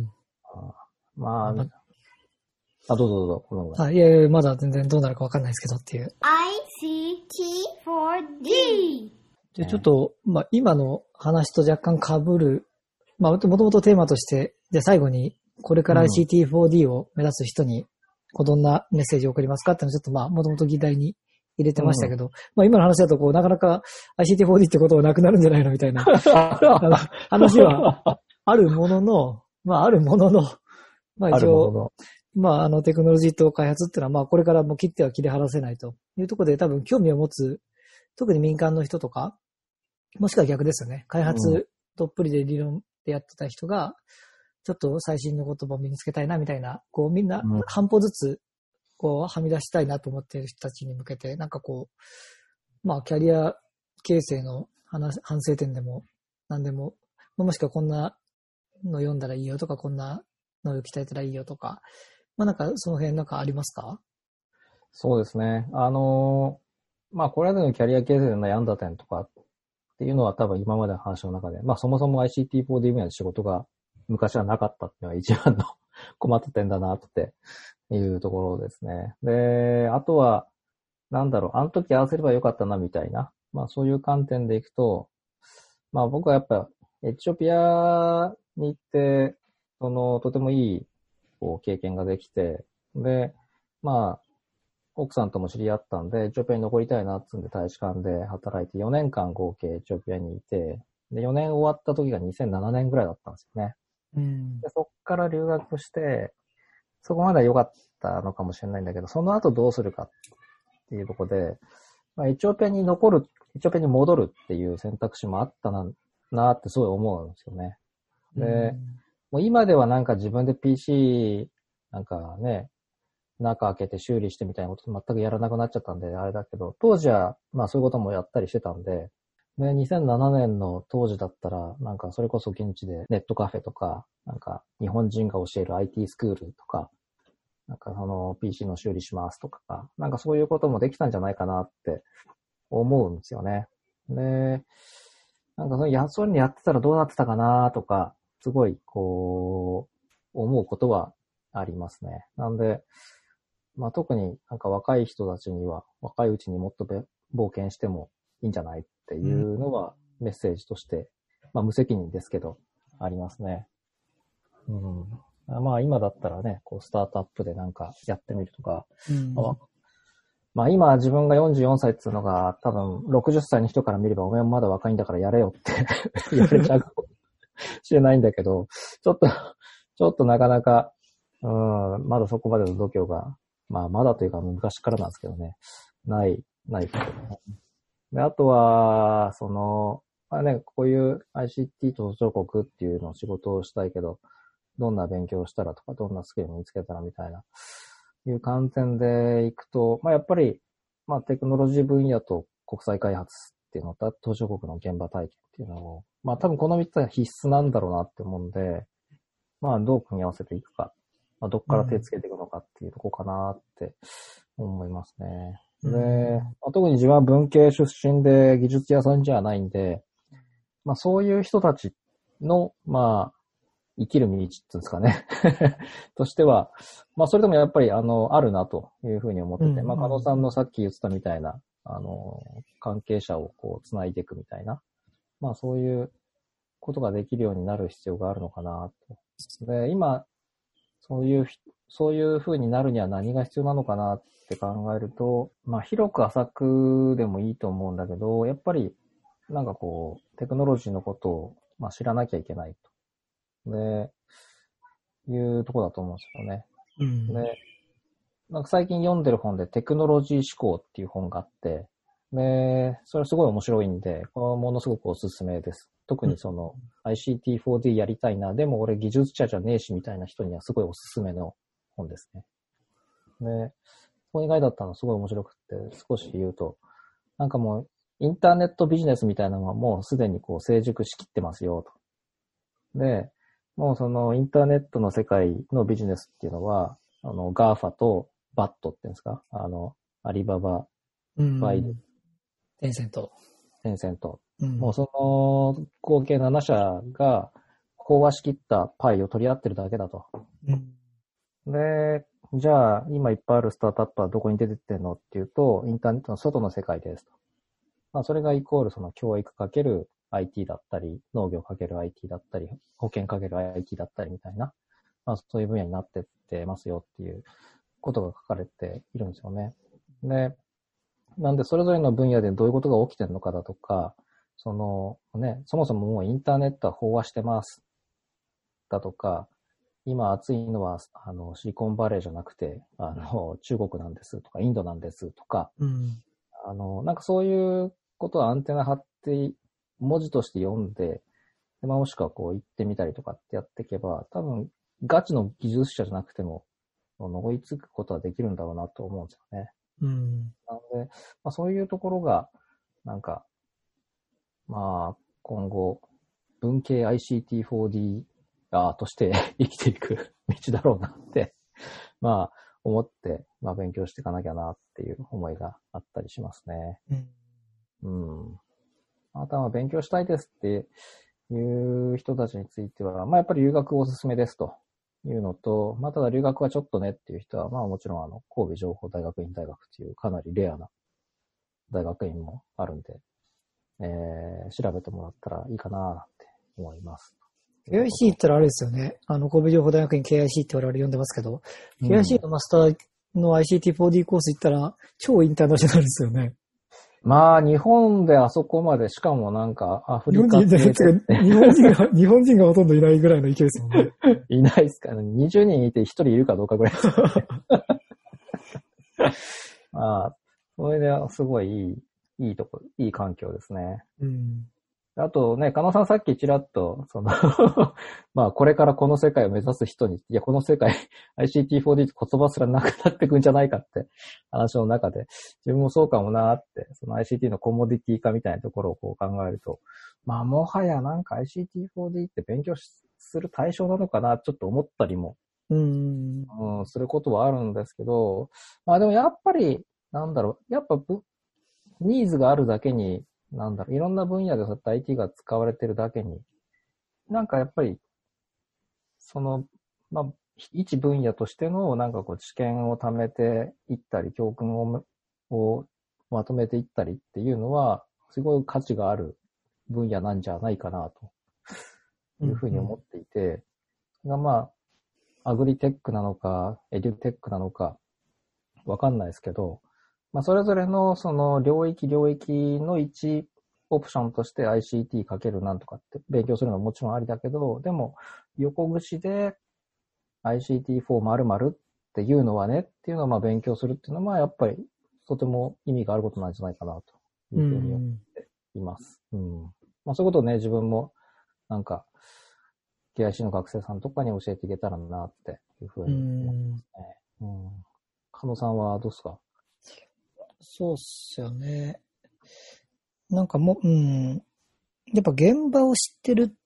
あまあ、あ、どうぞどうぞ。ごめんごめん。 あ、いやいや、まだ全然どうなるかわかんないですけどっていう。 アイシーティーフォーディー。 で、ちょっと、まあ、今の話と若干被る、まあ、もともとテーマとして、で、最後に、これから アイシーティーフォーディー を目指す人に、こうどんなメッセージを送りますかっていうのをちょっとまあ、もともと議題に入れてましたけど、うん、まあ今の話だとこう、なかなか アイシーティーフォーディー ってことはなくなるんじゃないのみたいな話はあるものの、まああるものの、まあ一応、まああのテクノロジーと開発っていうのはまあこれからもう切っては切り離せないというところで多分興味を持つ特に民間の人とか、もしくは逆ですよね。開発どっぷりで理論でやってた人が、ちょっと最新の言葉を身につけたいなみたいな、こうみんな半歩ずつ、こうはみ出したいなと思っている人たちに向けて、なんかこう、まあキャリア形成の話反省点でも何でも、もしくはこんなの読んだらいいよとか、こんなのを鍛えたらいいよとか、まあなんかその辺なんかありますか？ そうですね。あのー、まあこれまでのキャリア形成で悩んだ点とかっていうのは多分今までの話の中で、まあそもそも アイシーティーフォーディー 分野で仕事が昔はなかったっていうのが一番の困った点だなっていうところですね。で、あとは、なんだろう、あの時合わせればよかったなみたいな、まあそういう観点でいくと、まあ僕はやっぱエチオピアに行って、そのとてもいいこう経験ができて、で、まあ奥さんとも知り合ったんで、エチオピアに残りたいなっつうんで大使館で働いてよねんかん合計エチオピアにいて、でよねん終わった時がにせんななねんぐらいだったんですよね。 うん、 でそっから留学して、そこまでは良かったのかもしれないんだけど、その後どうするかっていうところで、まあ、エチオピアに残る、エチオピアに戻るっていう選択肢もあったな、なってすごい思うんですよね。で、うん、もう今ではなんか自分で ピーシー なんかね、中開けて修理してみたいなこと全くやらなくなっちゃったんで、あれだけど、当時はまあそういうこともやったりしてたんで、で、にせんななねんの当時だったら、なんかそれこそ現地でネットカフェとか、なんか日本人が教える アイティー スクールとか、なんかその ピーシー の修理しますとか、なんかそういうこともできたんじゃないかなって思うんですよね。で、なんかそのや、そういうのやってたらどうなってたかなとか、すごいこう、思うことはありますね。なんで、まあ特になんか若い人たちには、若いうちにもっと冒険してもいいんじゃないっていうのはメッセージとして、まあ無責任ですけど、ありますね。うん。まあ今だったらね、こうスタートアップでなんかやってみるとか、うん、まあ、まあ今自分がよんじゅうよんさいっていうのが多分ろくじゅっさいの人から見ればお前もまだ若いんだからやれよって言われちゃうかもしれないんだけど、ちょっと、ちょっとなかなか、うん、まだそこまでの度胸が、まあまだというか昔からなんですけどね、ない、ないこと。で、あとは、その、まあね、こういう アイシーティー 途上国っていうのを仕事をしたいけど、どんな勉強をしたらとか、どんなスキルを見つけたらみたいな、いう観点でいくと、まあやっぱり、まあテクノロジー分野と国際開発っていうのと、途上国の現場体験っていうのを、まあ多分このみっつは必須なんだろうなって思うんで、まあどう組み合わせていくか、まあどっから手つけていくのかっていうとこかなって思いますね。で、まあ、特に自分は文系出身で技術屋さんじゃないんで、まあそういう人たちの、まあ、生きる道っていうんですかね。としては、まあそれでもやっぱりあの、あるなというふうに思ってて、うんうん、まあ加藤さんのさっき言ってたみたいな、あの、関係者をこう繋いでいくみたいな、まあそういうことができるようになる必要があるのかなと。で、今、そういう、そういうふうになるには何が必要なのかなって考えると、まあ広く浅くでもいいと思うんだけど、やっぱりなんかこう、テクノロジーのことを、まあ、知らなきゃいけないと。で、いうところだと思うんですよね。うん、で、なんか最近読んでる本でテクノロジー思考っていう本があって、で、それすごい面白いんで、これはものすごくおすすめです。特にその、うん、アイシーティーフォーディー やりたいな、でも俺技術者じゃねえしみたいな人にはすごいおすすめの本ですね。で、そこ以外だったのすごい面白くって少し言うと、なんかもうインターネットビジネスみたいなのはもうすでにこう成熟しきってますよと。で、もうそのインターネットの世界のビジネスっていうのは、あの、ガーファ とバットっていうんですか、あの、アリババ、バイド、 テンセント。 テンセント。うん、もうその合計なな社が飽和しきったパイを取り合ってるだけだと。うん、で、じゃあ今いっぱいあるスタートアップはどこに出てってんのっていうと、インターネットの外の世界ですと。まあそれがイコールその教育かけるアイティー だったり、農業かける アイティー だったり、保険かける アイティー だったりみたいな、まあそういう分野になってってますよっていうことが書かれているんですよね。で、なんでそれぞれの分野でどういうことが起きてるのかだとか、そのね、そもそももうインターネットは飽和してますだとか、今暑いのはあのシリコンバレーじゃなくて、あの中国なんですとかインドなんですとか、うん、あのなんかそういうことはアンテナ張って、文字として読んで、でまあ、もしくはこう行ってみたりとかってやっていけば、多分、ガチの技術者じゃなくても、追いつくことはできるんだろうなと思うんですよね。 うん。 なので、まあ、そういうところが、なんか、まあ、今後、文系 アイシーティーフォーディー あーとして生きていく道だろうなって、まあ、思って、まあ、勉強していかなきゃなっていう思いがあったりしますね。うん。うん。あとは勉強したいですっていう人たちについては、まあ、やっぱり留学おすすめですというのと、まあ、ただ留学はちょっとねっていう人は、まあ、もちろんあの、神戸情報大学院大学っていうかなりレアな大学院もあるんで、えー、調べてもらったらいいかなって思います。 ケーアイシー ってのはあれですよね。あの、神戸情報大学院 ケーアイシー って我々呼んでますけど、うん、ケーアイシー のマスターの アイシーティーフォーディー コース行ったら超インターナショナルですよね。 まあ、日本であそこまで、しかもなんか、アフリカって。 日本人が、日本人がほとんどいないぐらいの勢いですもんね。 いないですからね。にじゅうにんいてひとりいるかどうかぐらいですからね。まあ、それですごいいい、いいとこ、いい環境ですね。 うん。 あとね、加納さんさっきちらっと、その、まあ、これからこの世界を目指す人に、いや、この世界、アイシーティーフォーディー って言葉すらなくなってくんじゃないかって話の中で、自分もそうかもなーって、その アイシーティー のコモディティ化みたいなところをこう考えると、まあ、もはやなんか アイシーティーフォーディー って勉強する対象なのかな、ちょっと思ったりも、 うん、 うん、することはあるんですけど、まあでもやっぱり、なんだろう、やっぱ、ニーズがあるだけに、なんだろう、いろんな分野でそうやって アイティー が使われてるだけに、なんかやっぱり、その、まあ、一分野としての、なんかこう、知見を貯めていったり、教訓を、をまとめていったりっていうのは、すごい価値がある分野なんじゃないかな、というふうに思っていて、が、まあ、アグリテックなのか、エデュテックなのか、わかんないですけど、まあ、それぞれのその領域領域の一オプションとして アイシーティー かけるなんとかって勉強するのはもちろんありだけど、でも横串で アイシーティーフォー 〇〇っていうのはねっていうのをまあ勉強するっていうのはやっぱりとても意味があることなんじゃないかなというふうに思っています。うん。うん、まあ、そういうことをね、自分もなんか ケーアイシー の学生さんとかに教えていけたらなっていうふうに思いますね。うん。加納さんはどうですか？ そうっすよね。なんかもう、うん。やっぱ現場を知ってるって、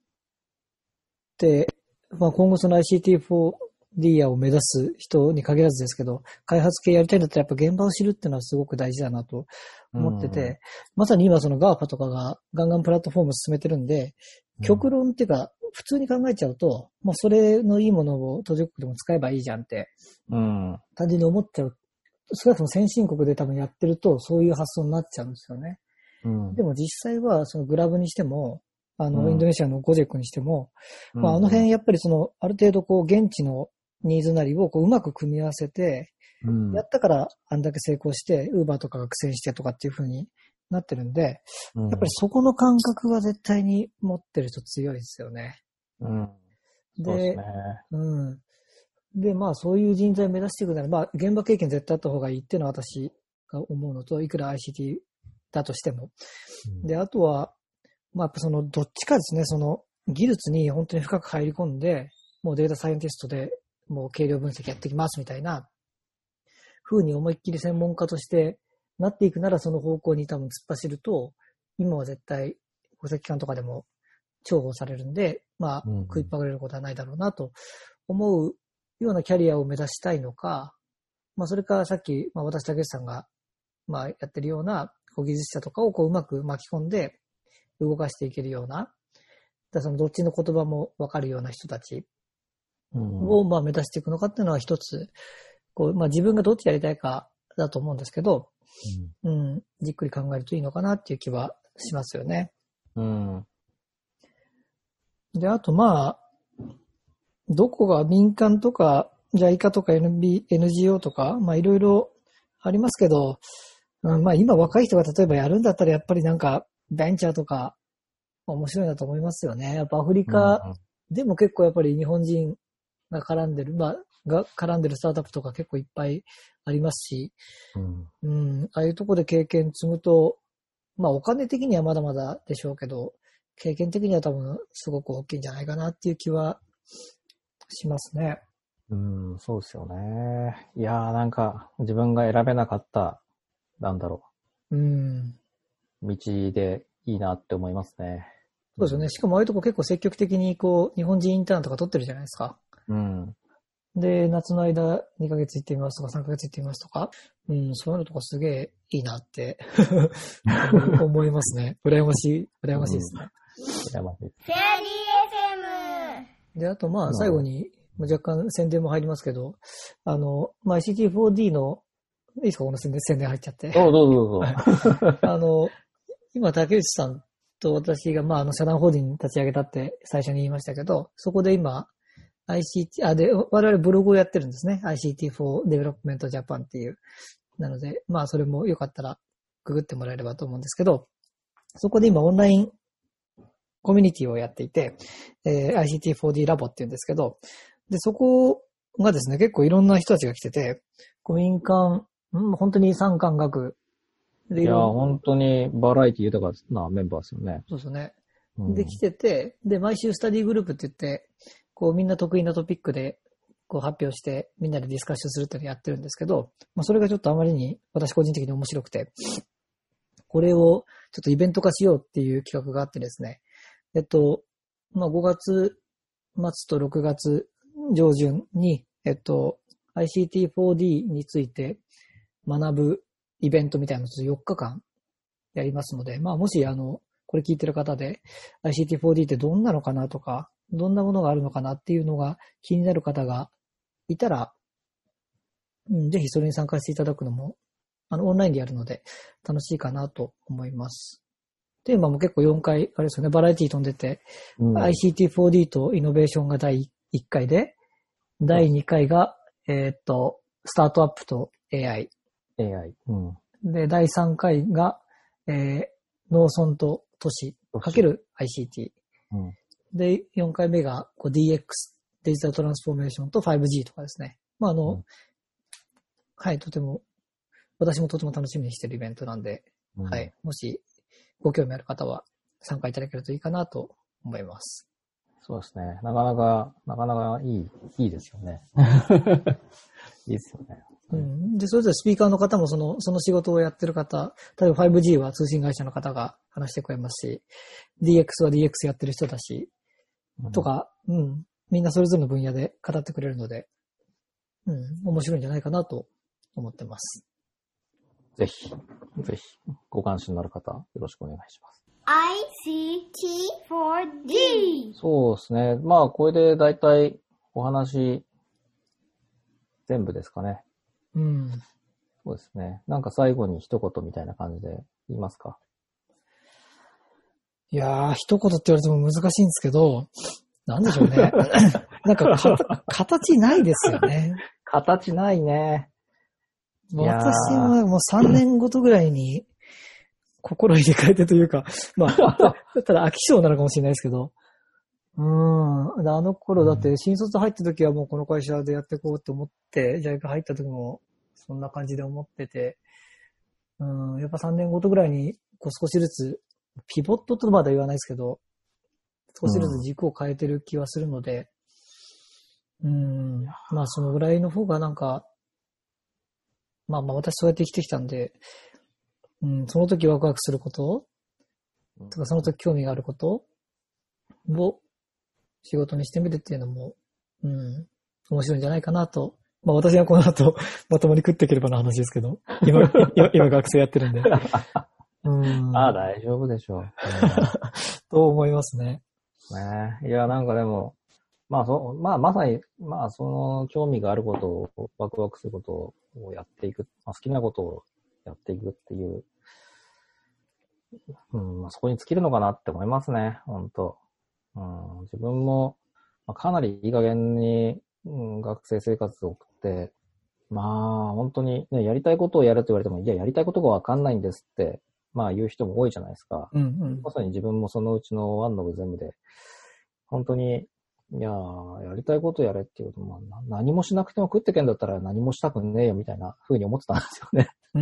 まあ今後その アイシーティーフォーディー を目指す人に限らずですけど、開発系やりたいんだったらやっぱ現場を知るっていうのはすごく大事だなと思ってて、うん、まさに今その ガーファ とかがガンガンプラットフォームを進めてるんで、極論っていうか普通に考えちゃうと、まあそれのいいものを途上国でも使えばいいじゃんって、うん、単純に思っちゃう。少なくとも先進国で多分やってるとそういう発想になっちゃうんですよね。うん、でも実際はそのグラブにしても、あの、インドネシアのゴジェックにしても、うん、まああの辺やっぱりそのある程度こう現地のニーズなりをこううまく組み合わせて、うん、やったからあんだけ成功して、ウーバーとかが苦戦してとかっていう風になってるんで、うん、やっぱりそこの感覚は絶対に持ってる人強いですよね。うん、で、そうですね。うん。で、まあそういう人材を目指していくなら、まあ現場経験絶対あった方がいいっていうのは私が思うのと、いくら アイシーティー だとしても。うん、で、あとは、まあやっぱそのどっちかですね、その技術に本当に深く入り込んで、もうデータサイエンティストでもう計量分析やってきますみたいな風に思いっきり専門家としてなっていくならその方向に多分突っ走ると、今は絶対国際機関とかでも重宝されるんで、まあ食いっぱぐれることはないだろうなと思うようなキャリアを目指したいのか、まあそれからさっき、まあ私竹内さんが、まあやってるような技術者とかをこううまく巻き込んで動かしていけるような、だそのどっちの言葉もわかるような人たちをまあ目指していくのかっていうのは一つ、こうまあ自分がどっちやりたいかだと思うんですけど、うん、うん、じっくり考えるといいのかなっていう気はしますよね。うん。で、あとまあ、どこが民間とか、ジャイカとか エヌビー、エヌジーオー とか、まあいろいろありますけど、うん、まあ今若い人が例えばやるんだったらやっぱりなんかベンチャーとか面白いなと思いますよね。やっぱアフリカでも結構やっぱり日本人が絡んでる、まあが絡んでるスタートアップとか結構いっぱいありますし、うん、うん、ああいうとこで経験積むと、 まあお金的にはまだまだでしょうけど、経験的には多分すごく大きいんじゃないかなっていう気はしますね。 うん、そうですよね。いやーなんか自分が選べなかった、なんだろうん。 う、道でいいなって思いますね。 そうですよね。しかもああいうとこ結構積極的にこう、日本人インターンとか取ってるじゃないですか。 うん。 で、夏の間にかげつ行ってみますとかさんかげつ行ってみますとか、うん、そういうのとかすげえいいなって思いますね。羨ましい、羨ましいですね。 羨ましい。 フェアリー エフエム。 で、あとまあ最後に若干宣伝も入りますけど、あの、まあ アイシーティーフォーディー の、いいですかこの宣伝、宣伝入っちゃって。 どうぞどうぞどうぞ。 あの、今竹内さんと私がまああの社団法人立ち上げたって最初に言いましたけど、そこで今、アイシーティー、あ、で、我々ブログをやってるんですね。アイシーティー for Development Japan っていう。なので、まあそれもよかったらググってもらえればと思うんですけど、そこで今オンラインコミュニティをやっていて、えー、アイシーティーフォーディー ラボっていうんですけど、で、そこがですね、結構いろんな人たちが来てて、民間、うん、本当に産官学でいや、本当にバラエティ豊かなメンバーですよね。 そうですよね。 うん、 で、来てて、で、毎週スタディグループって言って、こうみんな得意なトピックでこう発表してみんなでディスカッションするっていうのをやってるんですけど、まあそれがちょっとあまりに私個人的に面白くて、これをちょっとイベント化しようっていう企画があってですね、えっと、まあごがつ末とろくがつ上旬に、えっと、アイシーティーフォーディー について学ぶイベントみたいなのをよっかかんやりますので、まあもしあの、これ聞いてる方で アイシーティーフォーディー ってどんなのかなとか、どんなものがあるのかなっていうのが気になる方がいたら、うん、ぜひそれに参加していただくのも、あの、オンラインでやるので楽しいかなと思います。テーマも結構よんかい、あれですよね、バラエティ飛んでて、うん、アイシーティーフォーディー とイノベーションがだいいっかいで、だいにかいが、えー、っと、スタートアップと エーアイ。 エーアイ。うん、 で、だいさんかいが、えー、農村と都市かける アイシーティー。うんで、よんかいめがこう ディーエックス、デジタルトランスフォーメーションと ファイブジー とかですね。まあ、あの、うん、はい、とても、私もとても楽しみにしているイベントなんで、うん、はい、もしご興味ある方は参加いただけるといいかなと思います。 そうですね。なかなか、なかなかいい、いいですよね。いいですよね。 うん、で、それぞれスピーカーの方もその、その仕事をやってる方、例えば ファイブジー は通信会社の方が話してくれますし、ディーエックス は ディーエックス やってる人だし、とか、うん。みんなそれぞれの分野で語ってくれるので、うん。面白いんじゃないかなと思ってます。 ぜひ、ぜひ、ご関心のある方、よろしくお願いします。 アイシーティーフォーディー。 そうですね。まあ、これでだいたいお話、全部ですかね。 うん。 そうですね。なんか最後に一言みたいな感じで言いますか。 いやー、一言って言われても難しいんですけど、なんでしょうね。なんかか、形ないですよね。 形ないね。 私はもうさんねんごとぐらいに心入れ替えてというか、まあ、ただ飽き性なのかもしれないですけど、うーん。あの頃だって新卒入った時はもうこの会社でやっていこうと思って、ジャイカ入った時もそんな感じで思ってて、うん、やっぱさんねんごとぐらいにこう少しずつピボットとまでは言わないですけど、少しずつ軸を変えてる気はするので、うん、まあそのぐらいの方がなんか、まあまあ私そうやって生きてきたんで、うん、その時ワクワクすることとかその時興味があることを仕事にしてみるっていうのも、うん、面白いんじゃないかなと。まあ私がこの後まともに食っていければの話ですけど、今、今、今学生やってるんで。うん、 ああ、大丈夫でしょう。 と思いますね。 ねえ。いや、なんかでも、まあ、そ、まあ、まさに、まあ、その、興味があることを、ワクワクすることをやっていく、まあ、好きなことをやっていくっていう、うん、まあ、そこに尽きるのかなって思いますね、本当うん、自分も、まあ、かなりいい加減に、うん、学生生活を送って、まあ、本当に、ね、やりたいことをやると言われても、いや、やりたいことがわかんないんですって、まあ、言う人も多いじゃないですか。 うんうん、 まさに自分もそのうちのワンの部全部で、本当に、いやー、やりたいことやれっていうことも、何もしなくても食ってけんだったら何もしたくねえよみたいな風に思ってたんですよね。 うん。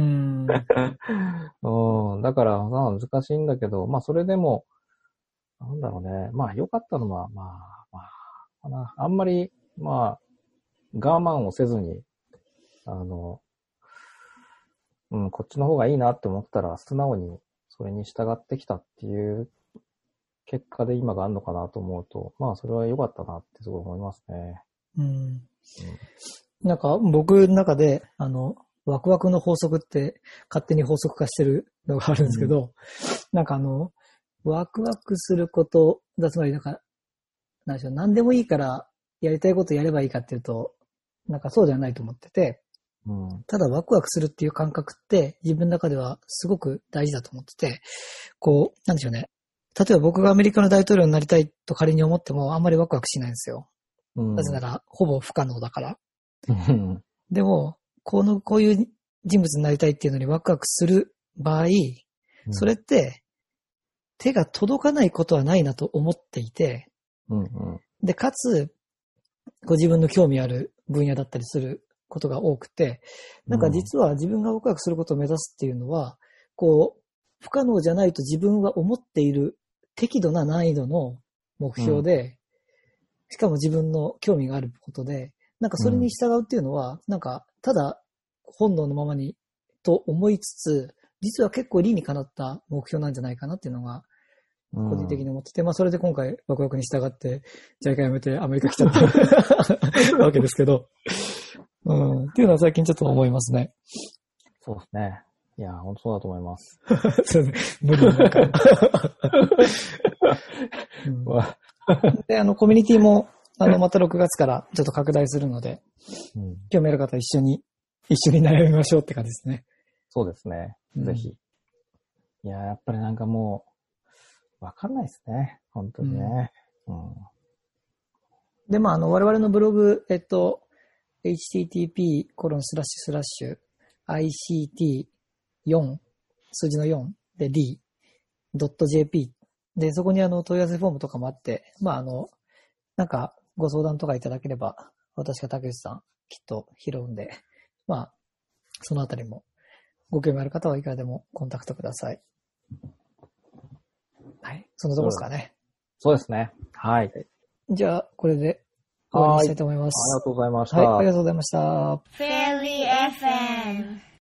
うん、だから、まあ難しいんだけど、まあそれでも、なんだろうね。まあ良かったのは、まあ、まあ、かな。あんまり、まあ、我慢をせずに、あの、うん、こっちの方がいいなって思ったら、素直にそれに従ってきたっていう結果で今があるのかなと思うと、まあそれは良かったなってすごい思いますね。 うん。 うんなんか僕の中で、あの、ワクワクの法則って勝手に法則化してるのがあるんですけど、うん、なんかあの、ワクワクすることだ、つまりなんか、なんでしょう、何でもいいからやりたいことやればいいかっていうと、なんかそうじゃないと思ってて、うん、ただワクワクするっていう感覚って自分の中ではすごく大事だと思ってて、こう、なんでしょうね。例えば僕がアメリカの大統領になりたいと仮に思ってもあんまりワクワクしないんですよ。うん、なぜならほぼ不可能だから。でも、この、こういう人物になりたいっていうのにワクワクする場合、それって手が届かないことはないなと思っていて、うんうん、で、かつ、ご自分の興味ある分野だったりすることが多くて、なんか実は自分がワクワクすることを目指すっていうのは、こう、不可能じゃないと自分は思っている適度な難易度の目標で、うん、しかも自分の興味があることで、なんかそれに従うっていうのは、うん、なんかただ本能のままにと思いつつ、実は結構理にかなった目標なんじゃないかなっていうのが、個人的に思ってて、うん、まあそれで今回ワクワクに従って、ジャイカやめてアメリカ来ちゃったわけですけど、うん、っていうのは最近ちょっと思いますね。 そうですね。いや、本当そうだと思います。 そうですね。無理なんか、うん。で、あの、コミュニティも、あの、またろくがつからちょっと拡大するので、うん、興味ある方は一緒に、一緒に悩みましょうって感じですね。 そうですね。ぜひ。うん、いや、やっぱりなんかもう、わかんないですね。本当にね。うんうん、 で、まあ、あの、我々のブログ、えっと、エイチティーティーピーコロンスラッシュスラッシュアイシーティーよん 数字のよんで d.jp で、そこにあの問い合わせフォームとかもあって、まああの、なんかご相談とかいただければ、私か竹内さんきっと拾うんで、まあ、そのあたりもご興味ある方はいくらでもコンタクトください。はい。そのとこですかね。 そうですね。はい。 じゃあ、これで終わりにしたいと思います。 ありがとうございました。 はい、ありがとうございました。 フェリー エフエム